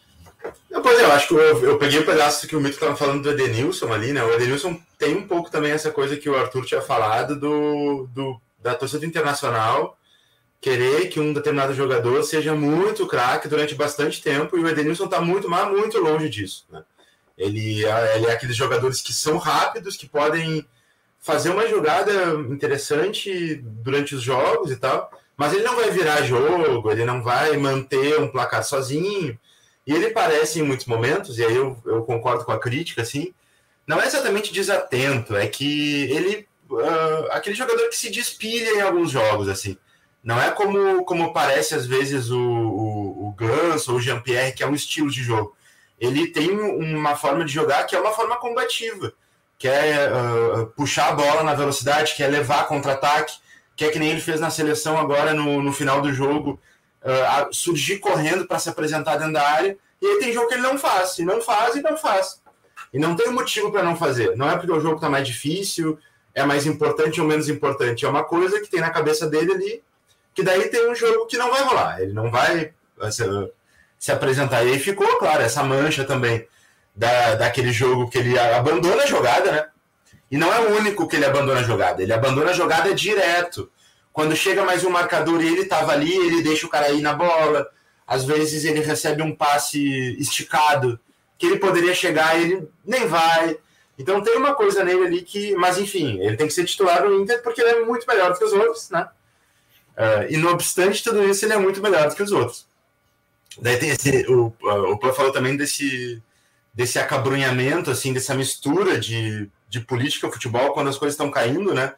Pois é, eu acho que eu, eu peguei o um pedaço que o Mito estava falando do Edenilson ali, né? O Edenilson tem um pouco também essa coisa que o Arthur tinha falado do, do, da torcida internacional querer que um determinado jogador seja muito craque durante bastante tempo, e o Edenilson está muito, mas muito longe disso, né? Ele, ele é aqueles jogadores que são rápidos, que podem fazer uma jogada interessante durante os jogos e tal, mas ele não vai virar jogo, ele não vai manter um placar sozinho. E ele parece, em muitos momentos, e aí eu, eu concordo com a crítica, assim, não é exatamente desatento, é que ele... Uh, aquele jogador que se despilha em alguns jogos, assim. Não é como, como parece, às vezes, o, o, o Ganso ou o Jean-Pierre, que é um estilo de jogo. Ele tem uma forma de jogar que é uma forma combativa, que é uh, puxar a bola na velocidade, que é levar contra-ataque, que é que nem ele fez na seleção agora no, no final do jogo, Uh, surgir correndo para se apresentar dentro da área, e aí tem jogo que ele não faz, e não faz, e não faz. E não tem motivo para não fazer. Não é porque o jogo está mais difícil, é mais importante ou menos importante. É uma coisa que tem na cabeça dele ali, que daí tem um jogo que não vai rolar. Ele não vai se, se apresentar. E aí ficou, claro, essa mancha também da, daquele jogo que ele abandona a jogada, né? E não é o único que ele abandona a jogada. Ele abandona a jogada direto. Quando chega mais um marcador e ele estava ali, ele deixa o cara ir na bola. Às vezes ele recebe um passe esticado, que ele poderia chegar e ele nem vai. Então tem uma coisa nele ali que... Mas enfim, ele tem que ser titular no Inter porque ele é muito melhor do que os outros, né? Uh, e não obstante tudo isso, ele é muito melhor do que os outros. Daí tem esse... O, o Pô falou também desse, desse acabrunhamento, assim, dessa mistura de, de política e futebol quando as coisas estão caindo, né?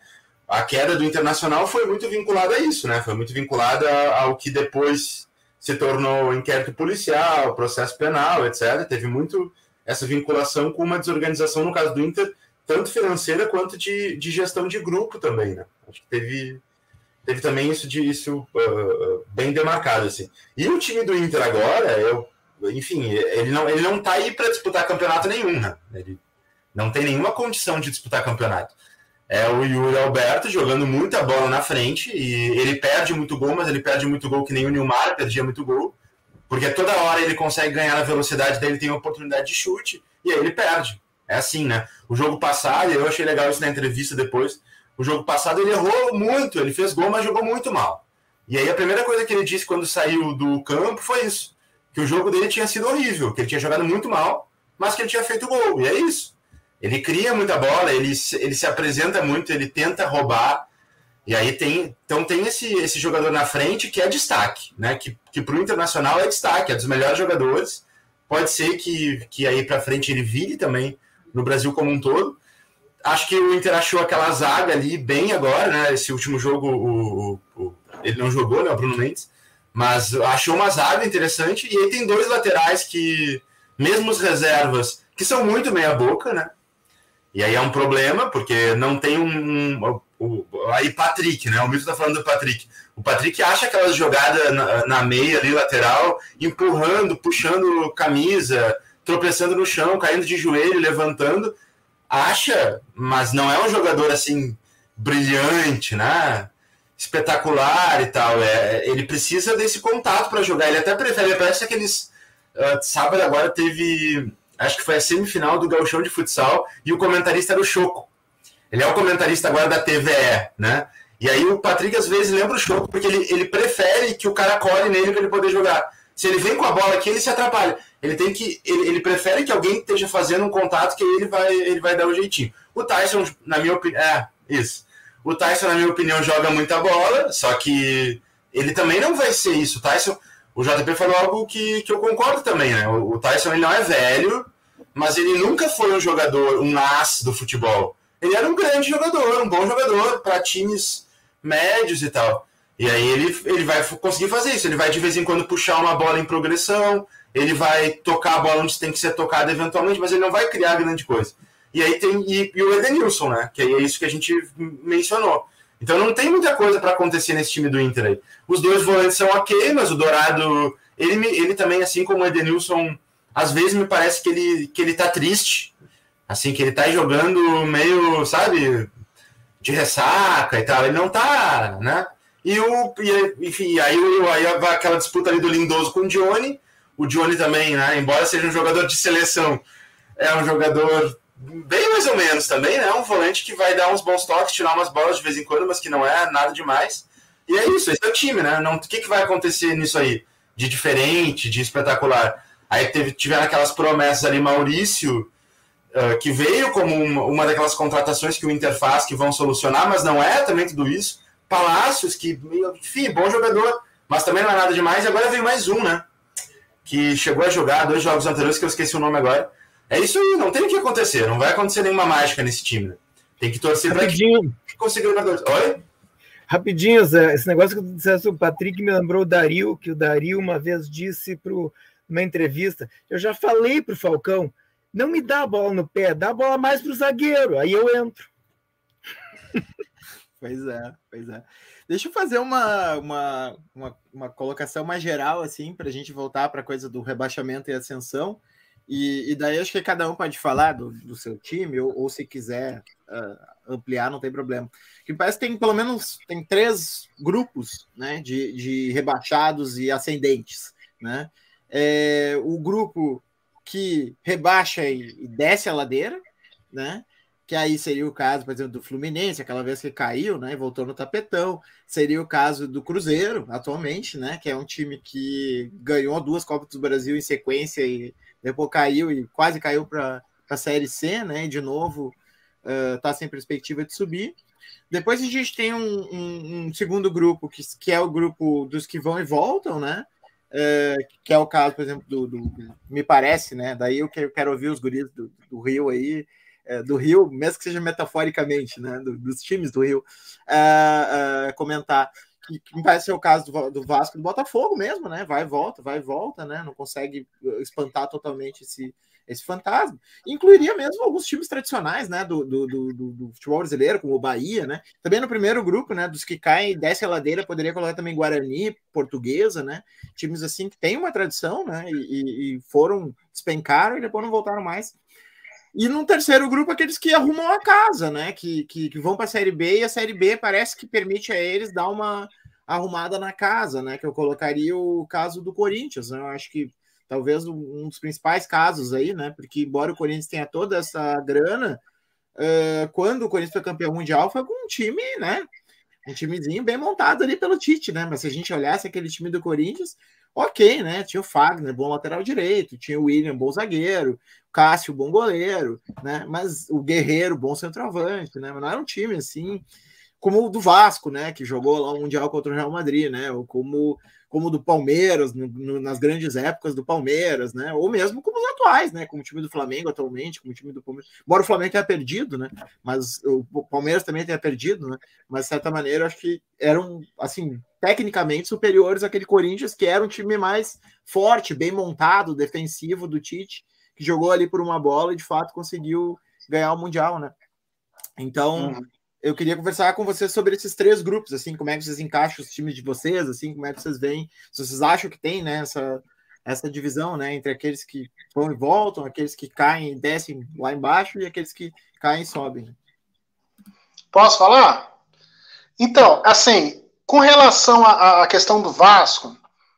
a queda do Internacional foi muito vinculada a isso, né? Foi muito vinculada ao que depois se tornou inquérito policial, processo penal, etcétera. Teve muito essa vinculação com uma desorganização, no caso do Inter, tanto financeira quanto de, de gestão de grupo também, né? Acho que teve, teve também isso, de, isso uh, bem demarcado, assim. E o time do Inter agora, eu, enfim, ele não, ele não tá aí para disputar campeonato nenhum, né? Ele não tem nenhuma condição de disputar campeonato. É o Yuri Alberto jogando muita bola na frente, e ele perde muito gol, mas ele perde muito gol que nem o Nilmar perdia muito gol, porque toda hora ele consegue ganhar na velocidade dele, tem oportunidade de chute, e aí ele perde. É assim, né? O jogo passado, eu achei legal isso na entrevista depois, o jogo passado ele errou muito, ele fez gol, mas jogou muito mal. E aí a primeira coisa que ele disse quando saiu do campo foi isso, que o jogo dele tinha sido horrível, que ele tinha jogado muito mal, mas que ele tinha feito gol, e é isso. Ele cria muita bola, ele, ele se apresenta muito, ele tenta roubar, e aí tem, então tem esse, esse jogador na frente que é destaque, né? Que, que para o Internacional é destaque, é dos melhores jogadores. Pode ser que, que aí para frente ele vire também no Brasil como um todo. Acho que o Inter achou aquela zaga ali bem agora, né? Esse último jogo, o, o, o, ele não jogou, né? O Bruno Mendes, mas achou uma zaga interessante. E aí tem dois laterais que, mesmo os reservas, que são muito meia boca, né? E aí é um problema, porque não tem um... um, um aí Patrick, né? O Milton tá falando do Patrick. O Patrick acha aquelas jogadas na, na meia ali, lateral, empurrando, puxando camisa, tropeçando no chão, caindo de joelho, levantando. Acha, mas não é um jogador assim, brilhante, né? Espetacular e tal. É, ele precisa desse contato para jogar. Ele até prefere, parece aqueles... Uh, sábado agora teve... Acho que foi a semifinal do Gauchão de Futsal, e o comentarista era o Choco. Ele é o comentarista agora da T V E, né? E aí o Patrick às vezes lembra o Choco, porque ele, ele prefere que o cara colhe nele para ele poder jogar. Se ele vem com a bola aqui, ele se atrapalha. Ele tem que, ele, ele prefere que alguém esteja fazendo um contato que ele vai, ele vai dar o um jeitinho. O Tyson, na minha opinião, é, isso. O Tyson, na minha opinião, joga muita bola, só que ele também não vai ser isso. O Tyson... O J P falou algo que, que eu concordo também, né? O Tyson ele não é velho, mas ele nunca foi um jogador, um as do futebol. Ele era um grande jogador, um bom jogador para times médios e tal. E aí ele, ele vai conseguir fazer isso. Ele vai de vez em quando puxar uma bola em progressão, ele vai tocar a bola onde tem que ser tocada eventualmente, mas ele não vai criar grande coisa. E aí tem e, e o Edenilson, né? Que é isso que a gente mencionou. Então não tem muita coisa para acontecer nesse time do Inter aí. Os dois volantes são ok, mas o Dourado, ele, ele também, assim como o Edenilson, às vezes me parece que ele, que ele tá triste, assim, que ele tá jogando meio, sabe, de ressaca e tal, ele não tá, né? E o, e, enfim, aí, aí vai aquela disputa ali do Lindoso com o Johnny, o Johnny também, né, embora seja um jogador de seleção, é um jogador... bem mais ou menos também, né? Um volante que vai dar uns bons toques, tirar umas bolas de vez em quando, mas que não é nada demais. E é isso, esse é o time, né? Não, o que, que vai acontecer nisso aí? De diferente, de espetacular? Aí teve, tiveram aquelas promessas ali, Maurício, uh, que veio como uma, uma daquelas contratações que o Inter faz, que vão solucionar, mas não é também tudo isso. Palácios, que, enfim, bom jogador, mas também não é nada demais. E agora veio mais um, né? Que chegou a jogar dois jogos anteriores, que eu esqueci o nome agora. É isso aí, não tem o que acontecer, não vai acontecer nenhuma mágica nesse time, né? Tem que torcer para que consiga jogadores. Oi? Rapidinho, Zé, esse negócio que tu disseste, o Patrick me lembrou o Dario, que o Dario uma vez disse para uma entrevista, eu já falei para o Falcão, não me dá a bola no pé, dá a bola mais para o zagueiro, aí eu entro. Pois é, pois é. Deixa eu fazer uma, uma, uma, uma colocação mais geral, assim, para a gente voltar para a coisa do rebaixamento e ascensão. E, e daí acho que cada um pode falar do, do seu time, ou, ou se quiser uh, ampliar, não tem problema. Que parece que tem pelo menos tem três grupos, né, de, de rebaixados e ascendentes, né? É, o grupo que rebaixa e, e desce a ladeira, né? Que aí seria o caso, por exemplo, do Fluminense, aquela vez que caiu, né, e voltou no tapetão. Seria o caso do Cruzeiro, atualmente, né, que é um time que ganhou duas Copas do Brasil em sequência e depois caiu e quase caiu para a Série C, né? E de novo está uh, sem perspectiva de subir. Depois a gente tem um, um, um segundo grupo, que, que é o grupo dos que vão e voltam, né? Uh, que é o caso, por exemplo, do, do me parece, né? Daí eu quero, quero ouvir os guris do, do Rio aí, é, do Rio, mesmo que seja metaforicamente, né, do, dos times do Rio, uh, uh, comentar que, que vai ser o caso do, do Vasco e do Botafogo mesmo, né? Vai e volta, vai e volta, né? Não consegue espantar totalmente esse, esse fantasma. Incluiria mesmo alguns times tradicionais, né? Do, do, do, do futebol brasileiro, como o Bahia, né? Também no primeiro grupo, né? Dos que caem e desce a ladeira, poderia colocar também Guarani, Portuguesa, né? Times assim que têm uma tradição, né? E, e foram, despencaram e depois não voltaram mais. E no terceiro grupo, aqueles que arrumam a casa, né? Que, que, que vão para a Série B, e a Série B parece que permite a eles dar uma arrumada na casa, né? Que eu colocaria o caso do Corinthians, né? Eu acho que talvez um dos principais casos aí, né? Porque embora o Corinthians tenha toda essa grana, uh, quando o Corinthians foi campeão mundial, foi com um time, né? Um timezinho bem montado ali pelo Tite, né? Mas se a gente olhasse aquele time do Corinthians, ok, né? Tinha o Fagner, bom lateral direito, tinha o William, bom zagueiro, Cássio, bom goleiro, né? Mas o Guerreiro, bom centroavante, né? Mas não era um time assim como o do Vasco, né? Que jogou lá o Mundial contra o Real Madrid, né? Ou como como o do Palmeiras, no, no, nas grandes épocas do Palmeiras, né? Ou mesmo como os atuais, né? Como o time do Flamengo atualmente, como o time do Palmeiras. Embora o Flamengo tenha perdido, né? Mas o Palmeiras também tenha perdido, né? Mas de certa maneira, eu acho que eram, assim, tecnicamente superiores àquele Corinthians, que era um time mais forte, bem montado, defensivo do Tite, que jogou ali por uma bola e de fato conseguiu ganhar o Mundial, né? Então, uhum. eu queria conversar com vocês sobre esses três grupos, assim, como é que vocês encaixam os times de vocês, assim, como é que vocês veem, se vocês acham que tem, né, essa, essa divisão, né, entre aqueles que vão e voltam, aqueles que caem e descem lá embaixo e aqueles que caem e sobem. Posso falar? Então, assim, com relação à questão do Vasco,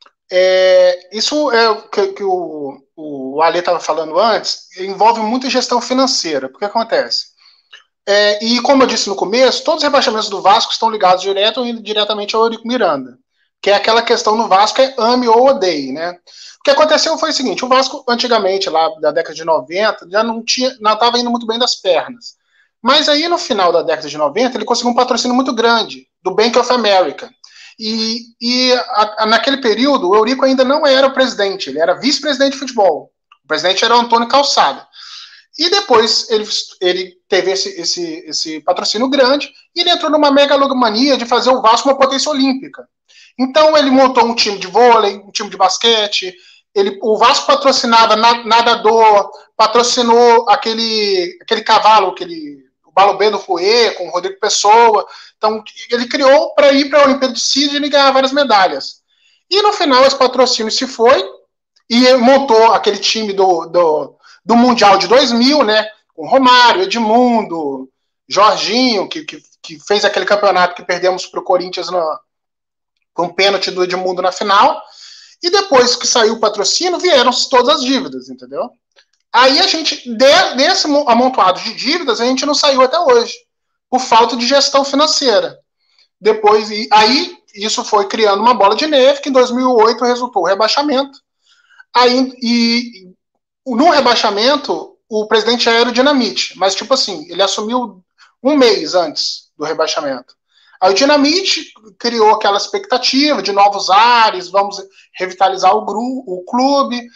é, isso é o que, que o, o Ale estava falando antes, envolve muito gestão financeira, porque acontece? É, e como eu disse no começo, todos os rebaixamentos do Vasco estão ligados direto ou indiretamente ao Eurico Miranda, que é aquela questão no Vasco, é ame ou odeie, né? O que aconteceu foi o seguinte, o Vasco antigamente, lá da década de noventa, já não tinha, não estava indo muito bem das pernas. Mas aí no final da década de noventa, ele conseguiu um patrocínio muito grande, do Bank of America. E, e a, a, naquele período, o Eurico ainda não era o presidente, ele era vice-presidente de futebol. O presidente era o Antônio Calçada. E depois ele, ele teve esse, esse, esse patrocínio grande e ele entrou numa megalomania de fazer o Vasco uma potência olímpica. Então ele montou um time de vôlei, um time de basquete, ele, o Vasco patrocinava nadador, patrocinou aquele, aquele cavalo, aquele, o Balobê do Fouet, com o Rodrigo Pessoa. Então ele criou para ir para a Olimpíada de Sydney e ganhar várias medalhas. E no final esse patrocínio se foi e montou aquele time do... do do Mundial de dois mil, né, com Romário, Edmundo, Jorginho, que, que, que fez aquele campeonato que perdemos para o Corinthians no, com um pênalti do Edmundo na final, e depois que saiu o patrocínio, vieram todas as dívidas, entendeu? Aí a gente, de, desse amontoado de dívidas, a gente não saiu até hoje, por falta de gestão financeira. Depois, e, aí isso foi criando uma bola de neve, que em dois mil e oito resultou o rebaixamento, aí, e no rebaixamento, o presidente já era o Dinamite, mas tipo assim, ele assumiu um mês antes do rebaixamento. Aí o Dinamite criou aquela expectativa de novos ares, vamos revitalizar o, gru, o clube,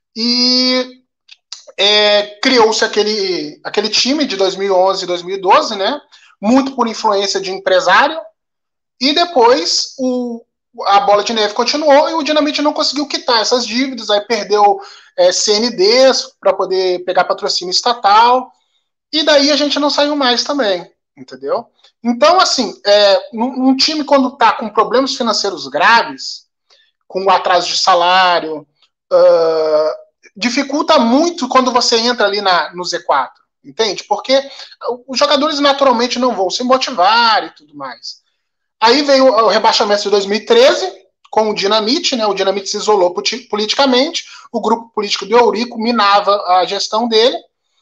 e é, criou-se aquele, aquele time de dois mil e onze e dois mil e doze, né, muito por influência de empresário, e depois o a bola de neve continuou e o Dinamite não conseguiu quitar essas dívidas, aí perdeu é, C N Ds para poder pegar patrocínio estatal, e daí a gente não saiu mais também, entendeu? Então, assim, é, um, um time quando está com problemas financeiros graves, com atraso de salário, uh, dificulta muito quando você entra ali na, no Z quatro, entende? Porque os jogadores naturalmente não vão se motivar e tudo mais. Aí veio o rebaixamento de dois mil e treze, com o Dinamite, né? O Dinamite se isolou politicamente, o grupo político do Eurico minava a gestão dele,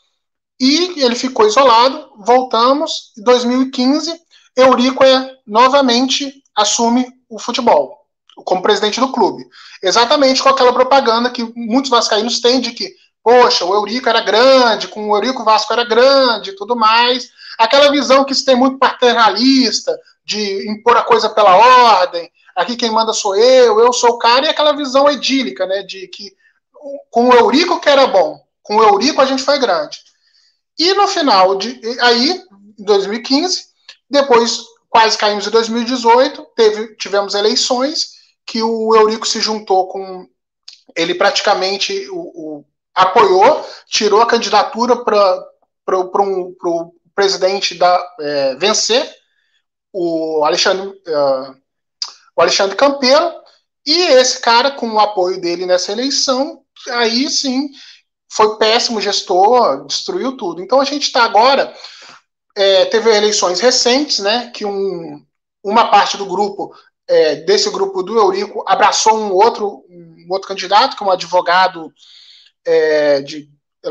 e ele ficou isolado, voltamos, em dois mil e quinze, Eurico é, novamente assume o futebol, como presidente do clube. Exatamente com aquela propaganda que muitos vascaínos têm de que, poxa, o Eurico era grande, com o Eurico o Vasco era grande e tudo mais. Aquela visão que se tem muito paternalista, de impor a coisa pela ordem, aqui quem manda sou eu, eu sou o cara, e aquela visão idílica, né, de que com o Eurico que era bom, com o Eurico a gente foi grande. E no final de aí, em dois mil e quinze, depois quase caímos em dois mil e dezoito, teve, tivemos eleições que o Eurico se juntou com ele, praticamente o, o apoiou, tirou a candidatura para um, o presidente da, é, vencer, o Alexandre, uh, o Alexandre Campelo, e esse cara, com o apoio dele nessa eleição, aí sim foi péssimo gestor, destruiu tudo. Então a gente está agora, é, teve eleições recentes, né, que um, uma parte do grupo, é, desse grupo do Eurico, abraçou um outro, um outro candidato, que é um advogado é, de,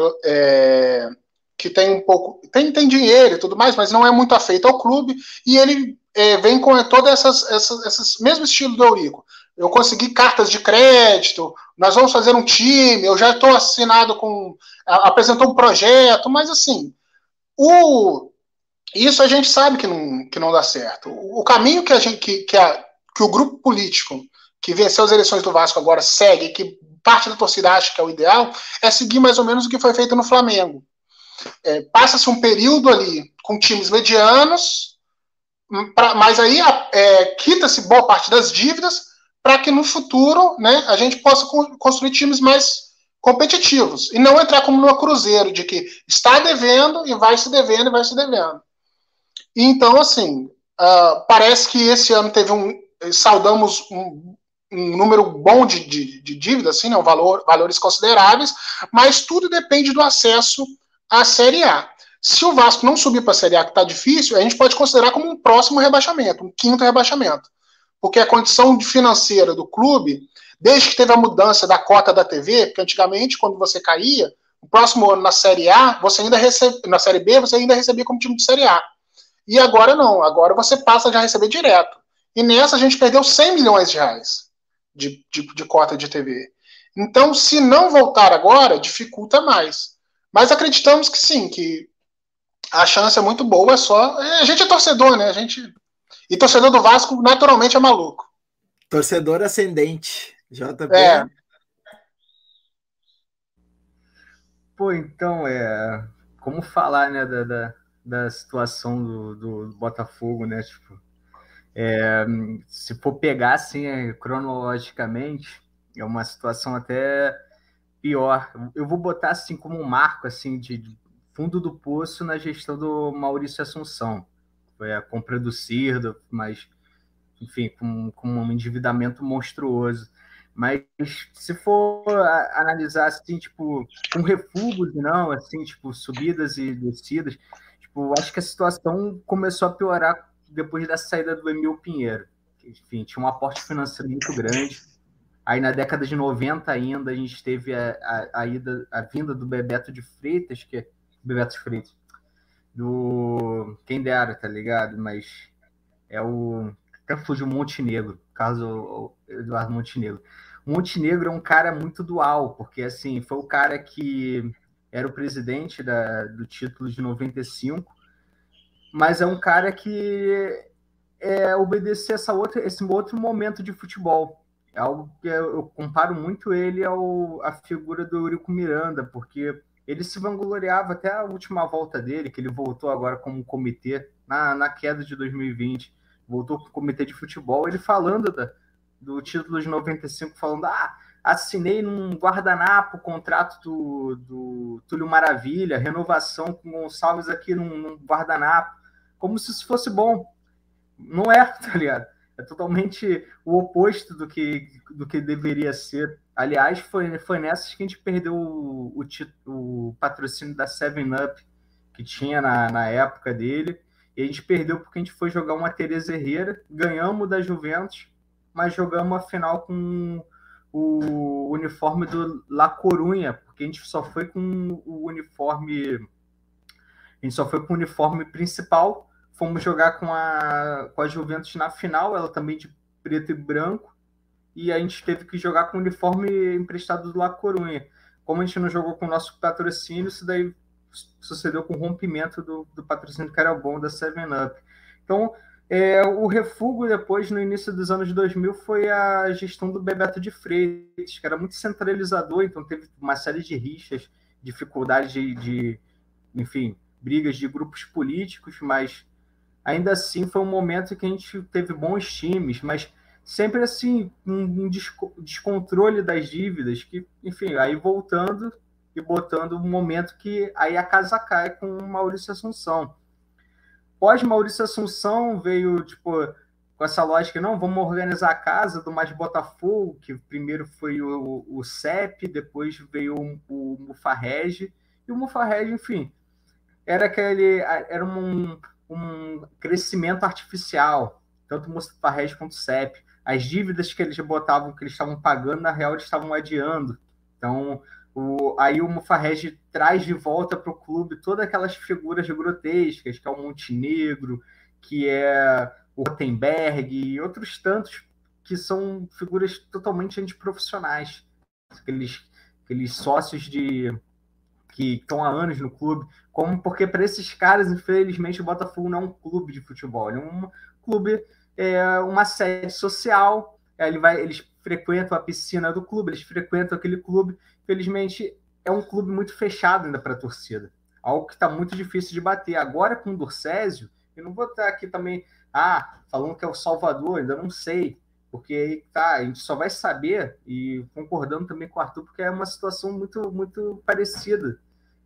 é, que tem um pouco, tem, tem dinheiro e tudo mais, mas não é muito afeito ao clube, e ele é, vem com todo essas, essas, essas mesmo estilo do Eurico. Eu consegui cartas de crédito, nós vamos fazer um time, eu já estou assinado com, apresentou um projeto, mas assim, o, isso a gente sabe que não, que não dá certo. O, o caminho que, a gente, que, que, a, que o grupo político que venceu as eleições do Vasco agora segue, que parte da torcida acha que é o ideal, é seguir mais ou menos o que foi feito no Flamengo. É, passa-se um período ali com times medianos, pra, mas aí é, quita-se boa parte das dívidas para que no futuro, né, a gente possa construir times mais competitivos e não entrar como no Cruzeiro, de que está devendo e vai se devendo e vai se devendo. E então, assim, uh, parece que esse ano teve um, saudamos um, um número bom de, de, de dívidas, assim, né, um valor, valores consideráveis, mas tudo depende do acesso à Série A. Se o Vasco não subir para a Série A, que está difícil, a gente pode considerar como um próximo rebaixamento, um quinto rebaixamento. Porque a condição financeira do clube, desde que teve a mudança da cota da T V, porque antigamente, quando você caía, no próximo ano na Série A, você ainda recebe, na Série B, você ainda recebia como time de Série A. E agora não, agora você passa a já receber direto. E nessa a gente perdeu cem milhões de reais de, de, de cota de T V. Então, se não voltar agora, dificulta mais. Mas acreditamos que sim, que a chance é muito boa, é só... A gente é torcedor, né? A gente... E torcedor do Vasco, naturalmente, é maluco. Torcedor ascendente. J P. É. Pô, então, é... Como falar, né, da, da, da situação do, do Botafogo, né? Tipo, é, se for pegar, assim, é, cronologicamente, é uma situação até pior. Eu vou botar, assim, como um marco, assim, de fundo do poço na gestão do Maurício Assunção. Foi a compra do Cirdo, mas, enfim, com, com um endividamento monstruoso. Mas se for analisar, assim, tipo, com refugos, não, assim, tipo, subidas e descidas, tipo, acho que a situação começou a piorar depois da saída do Emil Pinheiro. Enfim, tinha um aporte financeiro muito grande. Aí, na década de noventa ainda, a gente teve a, a, a, ida, a vinda do Bebeto de Freitas, que é Bebeto de Freitas, do quem dera, tá ligado? Mas é o até fugiu Montenegro, caso Eduardo Montenegro. O Montenegro é um cara muito dual, porque assim, foi o cara que era o presidente da, do título de noventa e cinco, mas é um cara que é, obedecer essa outra, esse outro momento de futebol. É algo que eu, eu comparo muito ele ao, à figura do Eurico Miranda, porque ele se vangloriava até a última volta dele, que ele voltou agora como comitê, na, na queda de dois mil e vinte, voltou como comitê de futebol, ele falando da, do título de noventa e cinco, falando, ah, assinei num guardanapo o contrato do, do Túlio Maravilha, renovação com Gonçalves aqui num, num guardanapo, como se isso fosse bom. Não é, tá ligado? É totalmente o oposto do que, do que deveria ser. Aliás, foi, foi nessas que a gente perdeu o, o, o patrocínio da seven up que tinha na, na época dele, e a gente perdeu porque a gente foi jogar uma Teresa Herrera, ganhamos da Juventus, mas jogamos a final com o uniforme do La Corunha, porque a gente só foi com o uniforme, a gente só foi com o uniforme principal. Fomos jogar com a, com a Juventus na final, ela também de preto e branco, e a gente teve que jogar com o uniforme emprestado do La Corunha. Como a gente não jogou com o nosso patrocínio, isso daí sucedeu com o rompimento do, do patrocínio que era bom da seven up. Então, é, o refúgio depois, no início dos anos dois mil, foi a gestão do Bebeto de Freitas, que era muito centralizador, então teve uma série de rixas, dificuldade de... de enfim, brigas de grupos políticos, mas ainda assim foi um momento que a gente teve bons times, mas sempre assim, um descontrole das dívidas, que, enfim, aí voltando e botando um momento que aí a casa cai com o Maurício Assunção. Pós Maurício Assunção veio, tipo, com essa lógica, não, vamos organizar a casa do Mais Botafogo, que primeiro foi o, o C E P, depois veio o, o Mufarrege, e o Mufarrege, enfim, era aquele, era um, um crescimento artificial, tanto o Mufarrege quanto o C E P. As dívidas que eles botavam, que eles estavam pagando, na real, eles estavam adiando. Então, o, aí o Mufarrege traz de volta para o clube todas aquelas figuras grotescas, que é o Montenegro, que é o Rotenberg e outros tantos que são figuras totalmente antiprofissionais. Aqueles, aqueles sócios de, que estão há anos no clube. Como, porque para esses caras, infelizmente, o Botafogo não é um clube de futebol, é um clube, é uma sede social. Ele vai, eles frequentam a piscina do clube, eles frequentam aquele clube. Infelizmente, é um clube muito fechado ainda para a torcida. Algo que está muito difícil de bater. Agora, com o Dorcésio, eu não vou estar aqui também ah, falando que é o Salvador, ainda não sei. Porque tá, a gente só vai saber, e concordando também com o Arthur, porque é uma situação muito, muito parecida.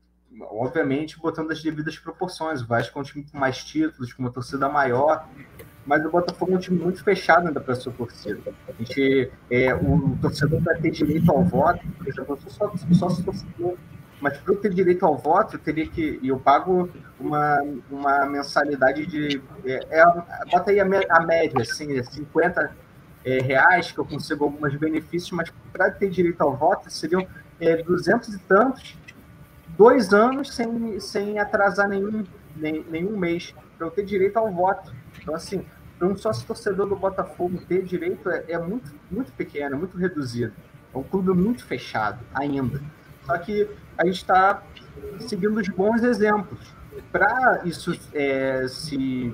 Obviamente, botando as devidas proporções. O Vasco é um time com mais títulos, com uma torcida maior, mas o Botafogo é um time muito fechado ainda para a sua torcida. A gente, é, o torcedor vai ter direito ao voto, por exemplo, eu sou só, só torcedor, mas para eu ter direito ao voto, eu teria que. E eu pago uma, uma mensalidade de. É, é, bota aí a, a média, assim, cinquenta é, reais, que eu consigo alguns benefícios, mas para ter direito ao voto seriam é, duzentos e tantos, dois anos sem, sem atrasar nenhum, nem, nenhum mês, para eu ter direito ao voto. Então, assim, para um sócio torcedor do Botafogo ter direito é, é muito, muito pequeno, é muito reduzido. É um clube muito fechado ainda. Só que a gente está seguindo os bons exemplos. Para isso é, se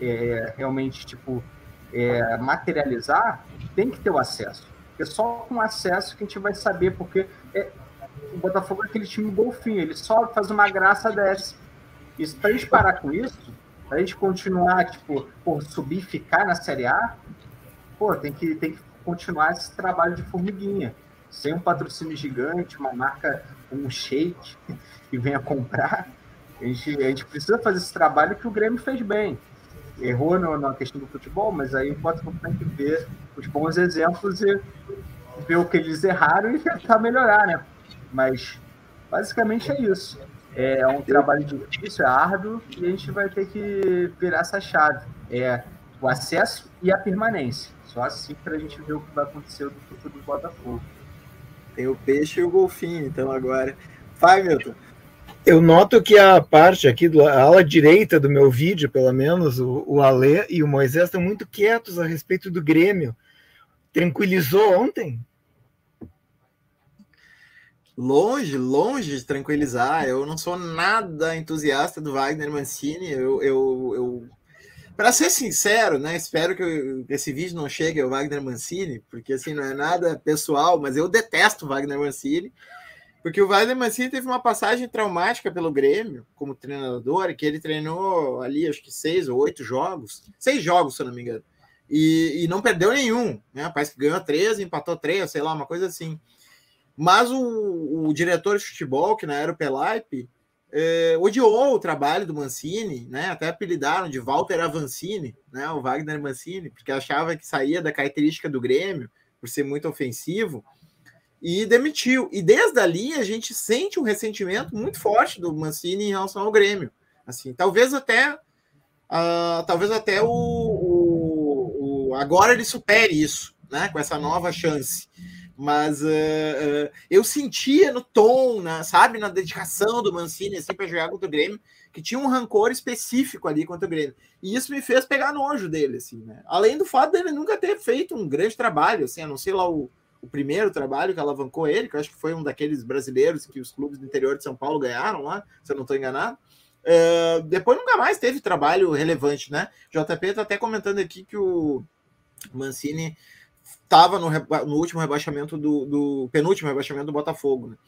é, realmente tipo, é, materializar, tem que ter o acesso. É só com acesso que a gente vai saber, porque é, o Botafogo é aquele time golfinho, ele só faz uma graça dessa. E para a gente parar com isso, para a gente continuar, tipo, por subir e ficar na Série A, pô, tem que, tem que continuar esse trabalho de formiguinha. Sem um patrocínio gigante, uma marca, um shake que venha comprar. A gente, a gente precisa fazer esse trabalho que o Grêmio fez bem. Errou no, na questão do futebol, mas aí o Botafogo tem que ver os bons exemplos e ver o que eles erraram e tentar melhorar, né? Mas basicamente é isso. É um trabalho difícil, é árduo, e a gente vai ter que virar essa chave. É o acesso e a permanência. Só assim para a gente ver o que vai acontecer no futuro do Botafogo. Tem o peixe e o golfinho, então agora. Vai, Milton. Eu noto que a parte aqui, do, a ala direita do meu vídeo, pelo menos, o, o Alê e o Moisés estão muito quietos a respeito do Grêmio. Tranquilizou ontem? Longe, longe de tranquilizar. Eu não sou nada entusiasta do Wagner Mancini. Eu, eu, eu... Para ser sincero, né? Espero que eu, esse vídeo não chegue ao Wagner Mancini, porque assim não é nada pessoal, mas eu detesto o Wagner Mancini, porque o Wagner Mancini teve uma passagem traumática pelo Grêmio como treinador, que ele treinou ali, acho que seis ou oito jogos, seis jogos, se eu não me engano, e, e não perdeu nenhum, né? Parece que ganhou três, empatou três, sei lá, uma coisa assim. Mas o, o diretor de futebol, que na era o Pelaipe, eh, odiou o trabalho do Mancini, né? Até apelidaram de Walter Avancini, né? O Wagner Mancini, porque achava que saía da característica do Grêmio, por ser muito ofensivo, e demitiu. E desde ali a gente sente um ressentimento muito forte do Mancini em relação ao Grêmio. Assim, talvez até, uh, talvez até o, o, o agora ele supere isso, né? Com essa nova chance. Mas uh, uh, eu sentia no tom, na, sabe, na dedicação do Mancini assim, para jogar contra o Grêmio, que tinha um rancor específico ali contra o Grêmio. E isso me fez pegar nojo dele, assim, né? Além do fato dele nunca ter feito um grande trabalho, assim, a não ser lá o, o primeiro trabalho que alavancou ele, que eu acho que foi um daqueles brasileiros que os clubes do interior de São Paulo ganharam lá, se eu não estou enganado. Uh, depois nunca mais teve trabalho relevante, né? J P está até comentando aqui que o Mancini estava no, no último rebaixamento do, do penúltimo rebaixamento do Botafogo, né?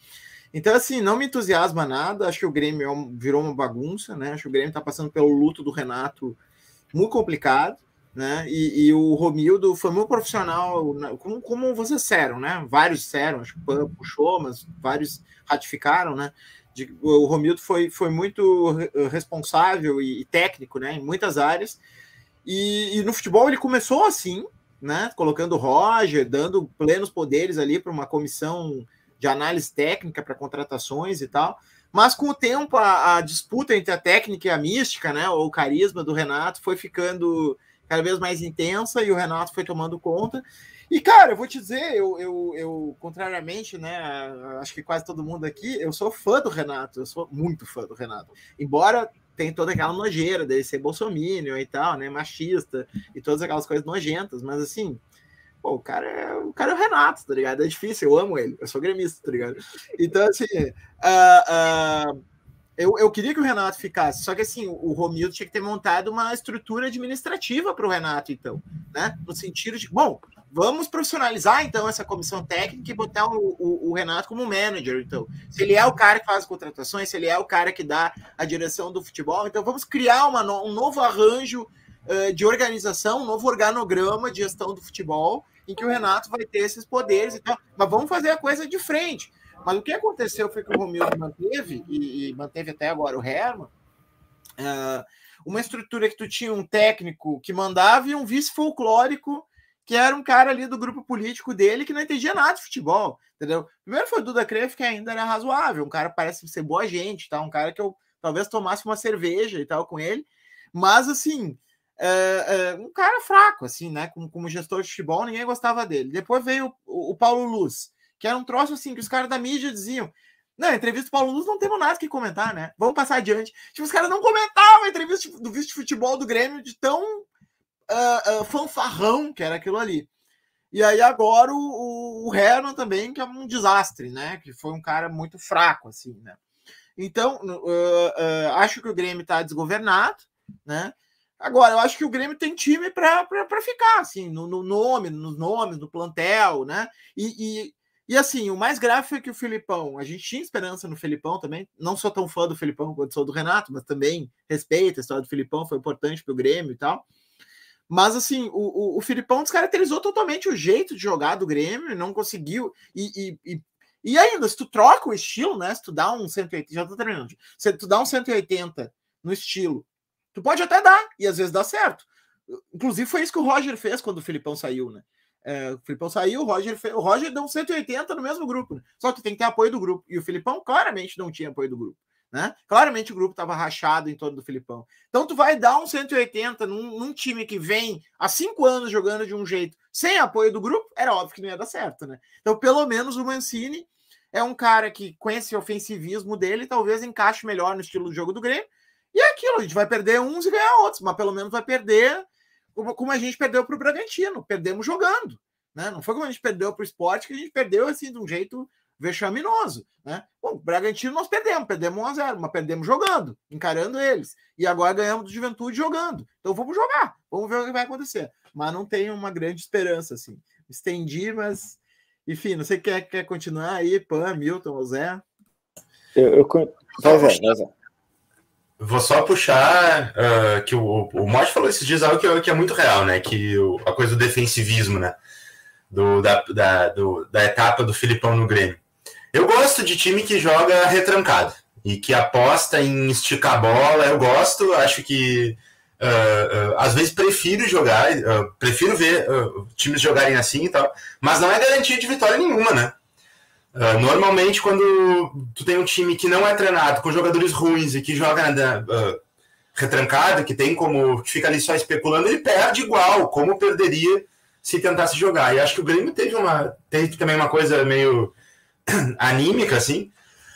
Então, assim, não me entusiasma nada. Acho que o Grêmio virou uma bagunça, né? Acho que o Grêmio está passando pelo luto do Renato muito complicado, né? E, e o Romildo foi muito profissional, como, como vocês disseram, né? Vários disseram, acho que o Pan puxou, mas vários ratificaram, né? De, o Romildo foi, foi muito responsável e, e técnico, né? Em muitas áreas. E, e no futebol ele começou assim, né? Colocando o Roger, dando plenos poderes ali para uma comissão de análise técnica para contratações e tal, mas com o tempo a, a disputa entre a técnica e a mística, né, ou o carisma do Renato foi ficando cada vez mais intensa e o Renato foi tomando conta. E, cara, eu vou te dizer, eu, eu, eu contrariamente, né, acho que quase todo mundo aqui, eu sou fã do Renato, eu sou muito fã do Renato, embora tem toda aquela nojeira dele ser bolsominion e tal, né, machista e todas aquelas coisas nojentas, mas assim, pô, o cara, é, o cara é o Renato, tá ligado? É difícil, eu amo ele, eu sou gremista, tá ligado? Então, assim, uh, uh, eu, eu queria que o Renato ficasse, só que, assim, o, o Romildo tinha que ter montado uma estrutura administrativa para o Renato, então, né? No sentido de, bom, vamos profissionalizar, então, essa comissão técnica e botar o, o, o Renato como manager, então. Se ele é o cara que faz as contratações, se ele é o cara que dá a direção do futebol, então vamos criar uma, um novo arranjo uh, de organização, um novo organograma de gestão do futebol, em que o Renato vai ter esses poderes e tal, mas vamos fazer a coisa de frente. Mas o que aconteceu foi que o Romildo manteve, e, e manteve até agora o Herman, uh, uma estrutura que tu tinha um técnico que mandava e um vice folclórico que era um cara ali do grupo político dele que não entendia nada de futebol, entendeu? Primeiro foi o Duda Cref, que ainda era razoável, um cara que parece ser boa gente, tá? Um cara que eu talvez tomasse uma cerveja e tal com ele, mas assim... É, é, um cara fraco, assim, né? Como, como gestor de futebol, ninguém gostava dele. Depois veio o, o Paulo Luz, que era um troço assim que os caras da mídia diziam: não, entrevista do Paulo Luz não temos nada que comentar, né? Vamos passar adiante. Tipo, os caras não comentavam a entrevista do vice de futebol do Grêmio de tão uh, uh, fanfarrão que era aquilo ali. E aí agora o, o Herman também, que é um desastre, né? Que foi um cara muito fraco, assim, né? Então, uh, uh, acho que o Grêmio está desgovernado, né? Agora, eu acho que o Grêmio tem time para ficar, assim, no, no nome, nos nomes, no plantel, né? E, e, e, assim, o mais grave foi que o Filipão, a gente tinha esperança no Filipão também, não sou tão fã do Filipão quanto sou do Renato, mas também respeito a história do Filipão, foi importante para o Grêmio e tal. Mas, assim, o, o, o Filipão descaracterizou totalmente o jeito de jogar do Grêmio, não conseguiu, e, e, e, e ainda, se tu troca o estilo, né? Se tu dá um cento e oitenta, já tô terminando, se tu dá um cento e oitenta no estilo, tu pode até dar, e às vezes dá certo. Inclusive foi isso que o Roger fez quando o Filipão saiu, né? É, o Filipão saiu, o Roger, fez, o Roger deu um cento e oitenta no mesmo grupo, né? Só que tem que ter apoio do grupo. E o Filipão claramente não tinha apoio do grupo, né? Claramente o grupo estava rachado em torno do Filipão. Então tu vai dar um cento e oitenta num, num time que vem há cinco anos jogando de um jeito sem apoio do grupo, era óbvio que não ia dar certo, né? Então pelo menos o Mancini é um cara que com esse ofensivismo dele talvez encaixe melhor no estilo do jogo do Grêmio. E é aquilo, a gente vai perder uns e ganhar outros, mas pelo menos vai perder como a gente perdeu para o Bragantino, perdemos jogando, né? Não foi como a gente perdeu para o Sport, que a gente perdeu assim de um jeito vexaminoso, né? Bom, o Bragantino nós perdemos, perdemos um a zero, mas perdemos jogando, encarando eles, e agora ganhamos do Juventude jogando, então vamos jogar, vamos ver o que vai acontecer, mas não tenho uma grande esperança, assim, estendi, mas enfim, não sei quem quer, quer continuar aí, Pan, Milton, Zé. Eu, eu... Vai, Zé, vai, Zé. Vou só puxar uh, que o, o Motti falou esses dias algo que é, que é muito real, né? Que o, a coisa do defensivismo, né? Do, da, da, do, da etapa do Filipão no Grêmio. Eu gosto de time que joga retrancado e que aposta em esticar a bola. Eu gosto, acho que uh, uh, às vezes prefiro jogar, uh, prefiro ver uh, times jogarem assim e tal, mas não é garantia de vitória nenhuma, né? Uh, normalmente, quando tu tem um time que não é treinado, com jogadores ruins e que joga uh, retrancado, que tem como que fica ali só especulando, ele perde igual, como perderia se tentasse jogar. E acho que o Grêmio teve, uma, teve também uma coisa meio anímica, assim,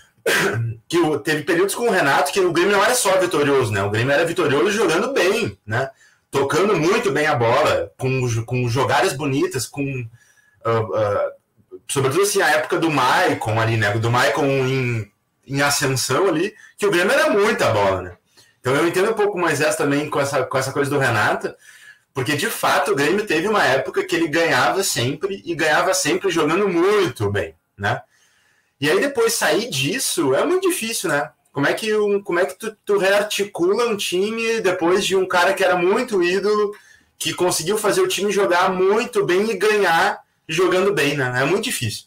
que o, teve períodos com o Renato que o Grêmio não era só vitorioso, né? O Grêmio era vitorioso jogando bem, né? Tocando muito bem a bola, com, com jogadas bonitas, com... Uh, uh, sobretudo assim, a época do Maicon ali, né? Do Maicon em, em ascensão ali, que o Grêmio era muita bola, né? Então eu entendo um pouco mais essa também com essa, com essa coisa do Renato, porque de fato o Grêmio teve uma época que ele ganhava sempre, e ganhava sempre jogando muito bem, né? E aí depois sair disso é muito difícil, né? Como é que, um, como é que tu, tu rearticula um time depois de um cara que era muito ídolo, que conseguiu fazer o time jogar muito bem e ganhar jogando bem, né? É muito difícil.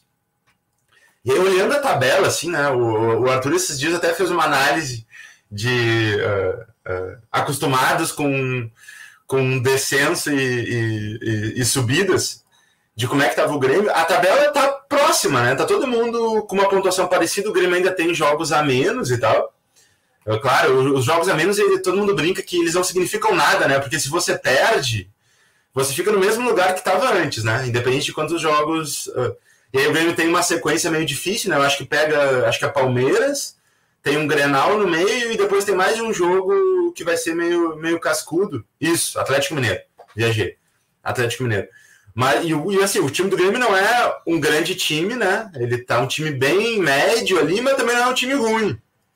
E aí, olhando a tabela, assim, né? O, o Arthur esses dias até fez uma análise de uh, uh, acostumados com, com descenso e, e, e, e subidas, de como é que estava o Grêmio. A tabela tá próxima, né? Tá todo mundo com uma pontuação parecida, o Grêmio ainda tem jogos a menos e tal. Eu, claro, os jogos a menos, ele, todo mundo brinca que eles não significam nada, né? Porque se você perde, você fica no mesmo lugar que estava antes, né? Independente de quantos jogos... Uh, e aí o Grêmio tem uma sequência meio difícil, né? Eu acho que pega, acho que a Palmeiras, tem um Grenal no meio e depois tem mais um jogo que vai ser meio, meio cascudo. Isso, Atlético Mineiro. Viajei. Atlético Mineiro. Mas, e, e assim, o time do Grêmio não é um grande time, né? Ele tá um time bem médio ali, mas também não é um time ruim.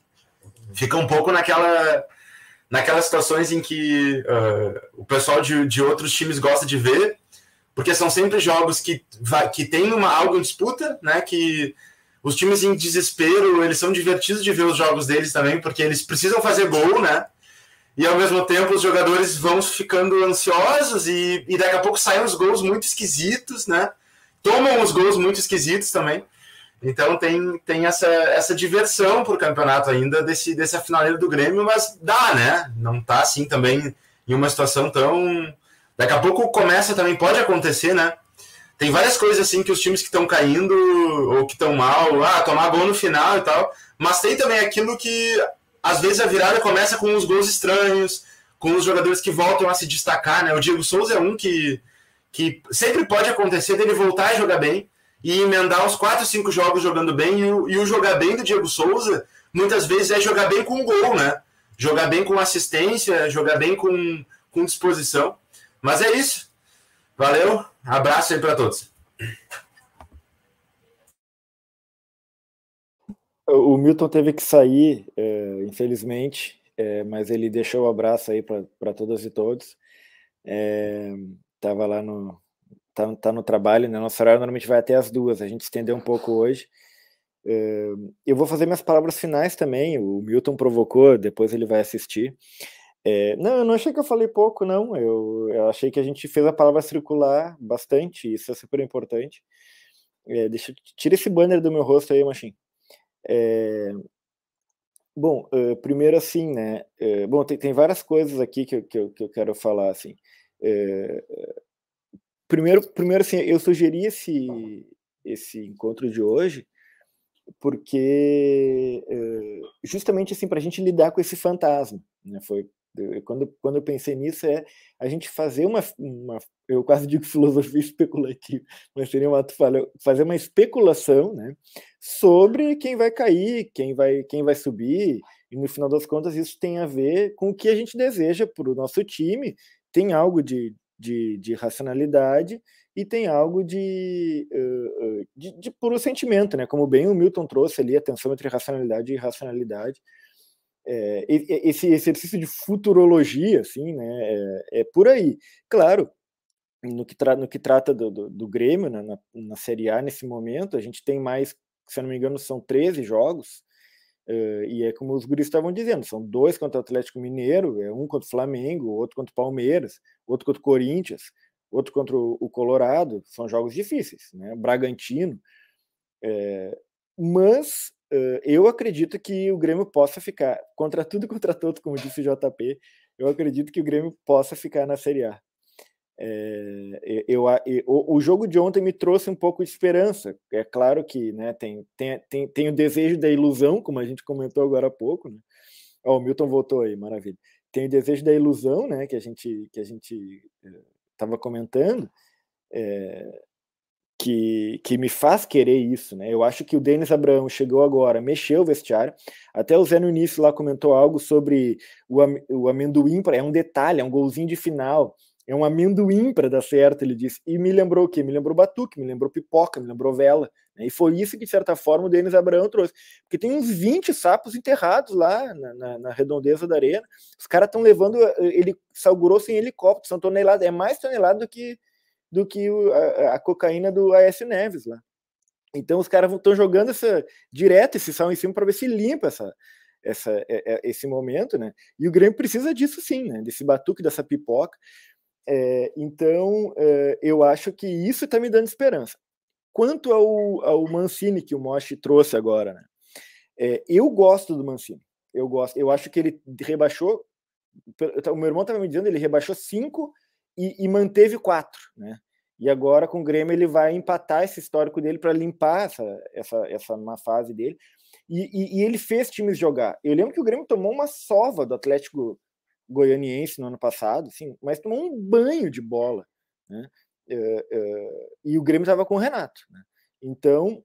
Fica um pouco naquela, naquelas situações em que uh, o pessoal de, de outros times gosta de ver, porque são sempre jogos que, que tem uma, algo em disputa, né? Que os times em desespero, eles são divertidos de ver os jogos deles também, porque eles precisam fazer gol, né? E ao mesmo tempo os jogadores vão ficando ansiosos e, e daqui a pouco saem os gols muito esquisitos, né? Tomam os gols muito esquisitos também. Então tem, tem essa, essa diversão pro campeonato ainda, desse, dessa finaleira do Grêmio, mas dá, né? Não tá assim também em uma situação tão... Daqui a pouco começa também, pode acontecer, né? Tem várias coisas assim que os times que estão caindo ou que estão mal, ah, tomar gol no final e tal, mas tem também aquilo que às vezes a virada começa com os gols estranhos, com os jogadores que voltam a se destacar, né? O Diego Souza é um que, que sempre pode acontecer dele voltar a jogar bem e emendar uns quatro, cinco jogos jogando bem, e o, e o jogar bem do Diego Souza muitas vezes é jogar bem com gol, né? Jogar bem com assistência, jogar bem com, com disposição. Mas é isso. Valeu, abraço aí para todos. O Milton teve que sair, é, infelizmente, é, mas ele deixou o abraço aí para todas e todos. Estava é, lá no... Tá, tá no trabalho, né? Nosso horário normalmente vai até as duas, a gente estendeu um pouco hoje. É, eu vou fazer minhas palavras finais também, o Milton provocou, depois ele vai assistir. É, não, eu não achei que eu falei pouco, não. Eu, eu achei que a gente fez a palavra circular bastante, isso é super importante. É, deixa, tira esse banner do meu rosto aí, Machinho. É, bom, uh, primeiro assim, né? Uh, bom, tem, tem várias coisas aqui que eu, que eu, que eu quero falar, assim. Uh, primeiro, primeiro, assim, eu sugeri esse, esse encontro de hoje porque uh, justamente assim para a gente lidar com esse fantasma, né? Foi Quando, quando eu pensei nisso, é a gente fazer uma, uma eu quase digo filosofia especulativa, mas seria uma, fazer uma especulação, né, sobre quem vai cair, quem vai, quem vai subir, e no final das contas isso tem a ver com o que a gente deseja para o nosso time, tem algo de, de, de racionalidade e tem algo de, uh, de, de puro sentimento, né, como bem o Milton trouxe ali, a tensão entre racionalidade e irracionalidade. É, esse exercício de futurologia, assim, né, é, é por aí. Claro, no que, tra no que trata do, do, do Grêmio, né, na, na Série A, nesse momento, a gente tem mais, se eu não me engano, são treze jogos, uh, e é como os guris estavam dizendo, são dois contra o Atlético Mineiro, é um contra o Flamengo, outro contra o Palmeiras, outro contra o Corinthians, outro contra o, o Colorado, são jogos difíceis, né, Bragantino, é, mas... eu acredito que o Grêmio possa ficar, contra tudo e contra todos, como disse o J P, eu acredito que o Grêmio possa ficar na Série A. É, eu, eu, o, o jogo de ontem me trouxe um pouco de esperança. É claro que, né, tem, tem, tem, tem o desejo da ilusão, como a gente comentou agora há pouco. Né? Oh, o Milton voltou aí, maravilha. Tem o desejo da ilusão, né, que a gente que a gente estava comentando. É, Que, que me faz querer isso, né? Eu acho que o Denis Abraão chegou agora, mexeu o vestiário. Até o Zé no início lá comentou algo sobre o, am o amendoim, é um detalhe, é um golzinho de final, é um amendoim para dar certo, ele disse. E me lembrou o quê? Me lembrou batuque, me lembrou pipoca, me lembrou vela. Né? E foi isso que, de certa forma, o Denis Abraão trouxe. Porque tem uns vinte sapos enterrados lá na, na, na redondeza da arena. Os caras estão levando, ele salgurou sem helicóptero, são toneladas, é mais tonelada do que do que a, a cocaína do Aécio Neves lá. Então os caras estão jogando essa, direto esse sal em cima para ver se limpa essa, essa, esse momento, né? E o Grêmio precisa disso sim, né? Desse batuque, dessa pipoca. É, então é, eu acho que isso está me dando esperança. Quanto ao, ao Mancini que o Moshi trouxe agora, né? É, eu gosto do Mancini. Eu gosto. Eu acho que ele rebaixou. O meu irmão estava me dizendo, ele rebaixou cinco e, e manteve quatro, né? E agora com o Grêmio ele vai empatar esse histórico dele para limpar essa, essa, essa má fase dele. E, e, e ele fez times jogar. Eu lembro que o Grêmio tomou uma sova do Atlético Goianiense no ano passado, assim, mas tomou um banho de bola, né? É, é, e o Grêmio estava com o Renato, né? Então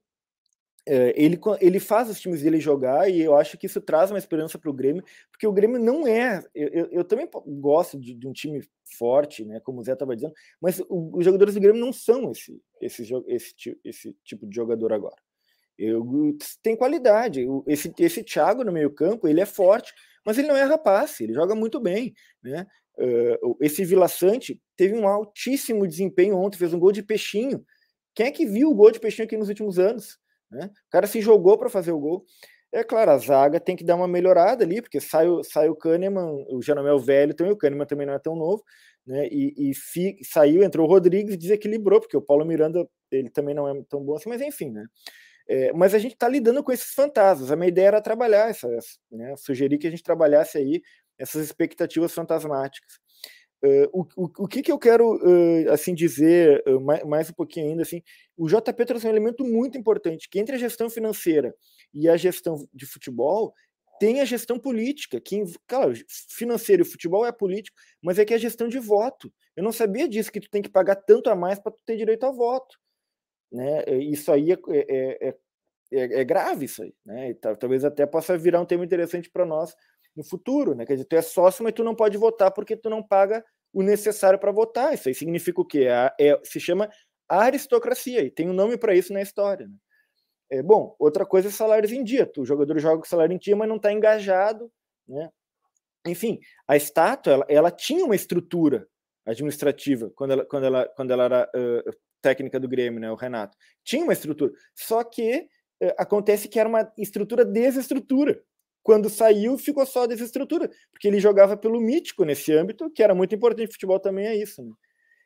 é, ele, ele faz os times dele jogar, e eu acho que isso traz uma esperança para o Grêmio, porque o Grêmio não é. Eu, eu, eu também gosto de, de um time forte, né, como o Zé estava dizendo, mas o, os jogadores do Grêmio não são esse, esse, esse, esse tipo de jogador agora. Eu, tem qualidade. Esse, esse Thiago no meio-campo, ele é forte, mas ele não erra passe, ele joga muito bem, né? Uh, esse Vila Sante teve um altíssimo desempenho ontem, fez um gol de peixinho. Quem é que viu o gol de peixinho aqui nos últimos anos? Né? O cara se jogou para fazer o gol. É claro, a zaga tem que dar uma melhorada ali, porque sai o, sai o Kahneman, o Jeromel velho também, o Kahneman também não é tão novo, né? E, e fi, saiu, entrou o Rodrigues e desequilibrou, porque o Paulo Miranda ele também não é tão bom assim, mas enfim, né? É, mas a gente está lidando com esses fantasmas. A minha ideia era trabalhar, essa, né? Sugerir que a gente trabalhasse aí essas expectativas fantasmáticas. Uh, o, o, o que, que eu quero uh, assim dizer uh, mais, mais um pouquinho ainda, assim, o J P trouxe um elemento muito importante, que entre a gestão financeira e a gestão de futebol tem a gestão política, que, claro, financeiro e futebol é político, mas é que é a gestão de voto. Eu não sabia disso, que tu tem que pagar tanto a mais para tu ter direito ao voto, né? Isso aí é, é, é, é, é grave, isso aí, né? E talvez até possa virar um tema interessante para nós no futuro, né? Quer dizer, tu é sócio, mas tu não pode votar porque tu não paga o necessário para votar. Isso aí significa o quê? É, é, se chama aristocracia, e tem um nome para isso na história, né? É, bom, outra coisa é salários em dia. O jogador joga com salário em dia, mas não está engajado, né? Enfim, a estátua, ela, ela tinha uma estrutura administrativa quando ela, quando ela, quando ela era uh, técnica do Grêmio, né? O Renato tinha uma estrutura, só que uh, acontece que era uma estrutura desestrutura. Quando saiu, ficou só a desestrutura, porque ele jogava pelo mítico nesse âmbito, que era muito importante. Futebol também é isso, né?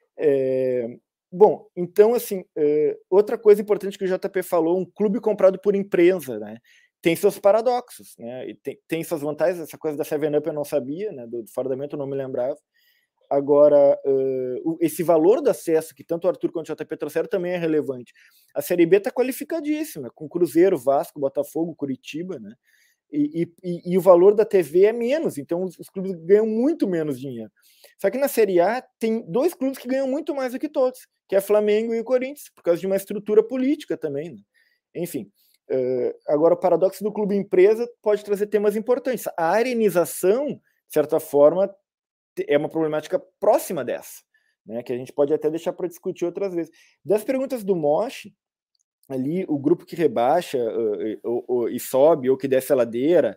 É, bom, então, assim, é, outra coisa importante que o J P falou, um clube comprado por empresa, né? Tem seus paradoxos, né? E tem, tem suas vantagens. Essa coisa da seven up eu não sabia, né? Do, do fardamento eu não me lembrava. Agora, uh, esse valor do acesso, que tanto o Arthur quanto o J P trouxeram, também é relevante. A Série B está qualificadíssima, com Cruzeiro, Vasco, Botafogo, Curitiba, né? E, e, e o valor da T V é menos, então os, os clubes ganham muito menos dinheiro. Só que na Série A tem dois clubes que ganham muito mais do que todos, que é Flamengo e o Corinthians, por causa de uma estrutura política também, né? Enfim, uh, agora o paradoxo do clube empresa pode trazer temas importantes. A arenização, de certa forma, é uma problemática próxima dessa, né? Que a gente pode até deixar para discutir outras vezes. Das perguntas do Moshi, ali o grupo que rebaixa uh, ou, ou, e sobe, ou que desce a ladeira,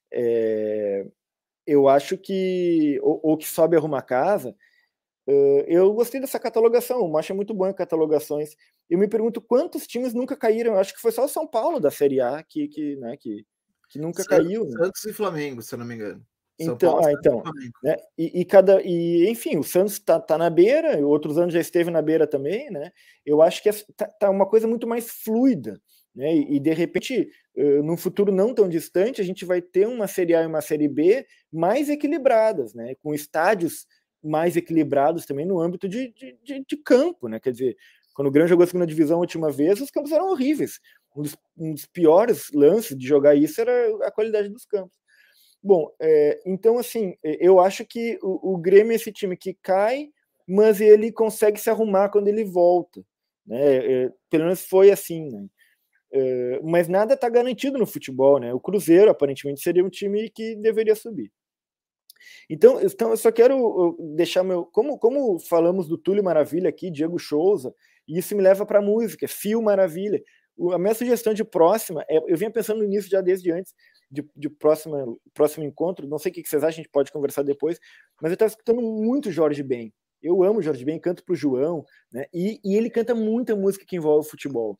é, eu acho que ou, ou que sobe e arruma a casa, uh, eu gostei dessa catalogação. O Macho é muito bom em catalogações. Eu me pergunto quantos times nunca caíram. Eu acho que foi só o São Paulo da Série A que, que, né, que, que nunca Santos, caiu, né? Santos e Flamengo, se eu não me engano. São Então, Paulo, ah, então né? e, e cada e enfim, o Santos está tá na beira, outros anos já esteve na beira também, né? Eu acho que está tá uma coisa muito mais fluida, né? E, e de repente, uh, num futuro não tão distante, a gente vai ter uma Série A e uma Série B mais equilibradas, né? Com estádios mais equilibrados também no âmbito de, de, de, de campo, né? Quer dizer, quando o Grêmio jogou a segunda divisão a última vez, os campos eram horríveis. Um dos, um dos piores lances de jogar isso era a qualidade dos campos. Bom, é, então, assim, eu acho que o, o Grêmio é esse time que cai, mas ele consegue se arrumar quando ele volta, né? É, pelo menos foi assim, né? É, mas nada está garantido no futebol, né? O Cruzeiro, aparentemente, seria um time que deveria subir. Então, então eu só quero deixar meu... Como, como falamos do Túlio Maravilha aqui, Diego Souza, e isso me leva para a música, Fio Maravilha. A minha sugestão de próxima, é, eu vinha pensando nisso já desde antes, de, de próxima, próximo encontro, não sei o que vocês acham, a gente pode conversar depois, mas eu estava escutando muito Jorge Ben. Eu amo Jorge Ben, canto para o João, né? E, e ele canta muita música que envolve futebol.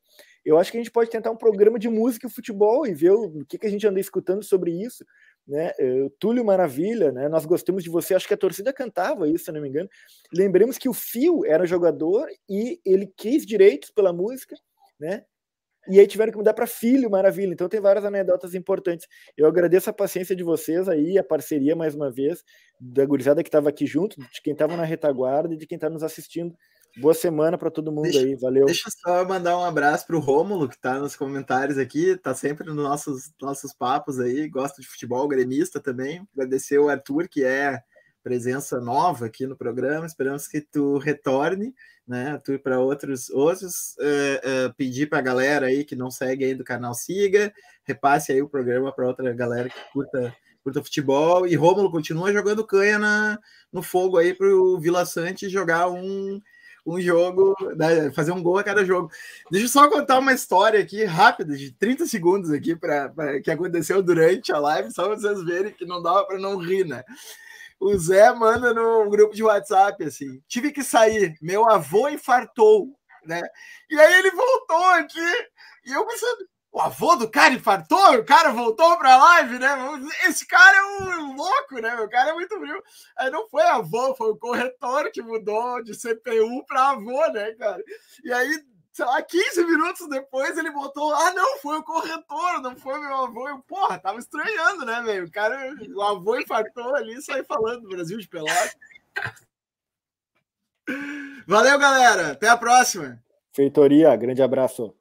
eu acho que a gente pode tentar um programa de música e futebol e ver o que, que a gente anda escutando sobre isso, né? O Túlio Maravilha, né? Nós gostamos de você, acho que a torcida cantava isso, se não me engano. Lembremos que o Fio era jogador e ele quis direitos pela música, né? E aí tiveram que mudar para Filho Maravilha. Então tem várias anedotas importantes. Eu agradeço a paciência de vocês aí, a parceria mais uma vez, da gurizada que estava aqui junto, de quem estava na retaguarda e de quem está nos assistindo. Boa semana para todo mundo deixa, aí, valeu. Deixa eu só mandar um abraço para o Rômulo, que está nos comentários aqui, está sempre nos nossos, nossos papos aí, gosta de futebol, gremista também. Agradecer o Arthur, que é presença nova aqui no programa, esperamos que tu retorne, né, Arthur, para outros, outros uh, uh, pedir para a galera aí que não segue aí do canal, siga, repasse aí o programa para outra galera que curta, curta futebol, e Rômulo continua jogando canha na, no fogo aí para o Vila Sante jogar um um jogo, né, fazer um gol a cada jogo. Deixa eu só contar uma história aqui, rápida, de trinta segundos aqui, pra, pra, que aconteceu durante a live, só pra vocês verem que não dava para não rir, né? O Zé manda no grupo de WhatsApp, assim, tive que sair, meu avô infartou, né? E aí ele voltou aqui, e eu pensando, o avô do cara infartou, o cara voltou pra live, né? Esse cara é um louco, né? O cara é muito frio. Aí não foi avô, foi o corretor que mudou de C P U pra avô, né, cara? E aí, sei lá, quinze minutos depois ele botou, ah, não, foi o corretor, não foi meu avô. Eu, porra, tava estranhando, né, velho? O cara, o avô infartou ali e saiu falando do Brasil de Pelotas. Valeu, galera. Até a próxima. Feitoria, grande abraço.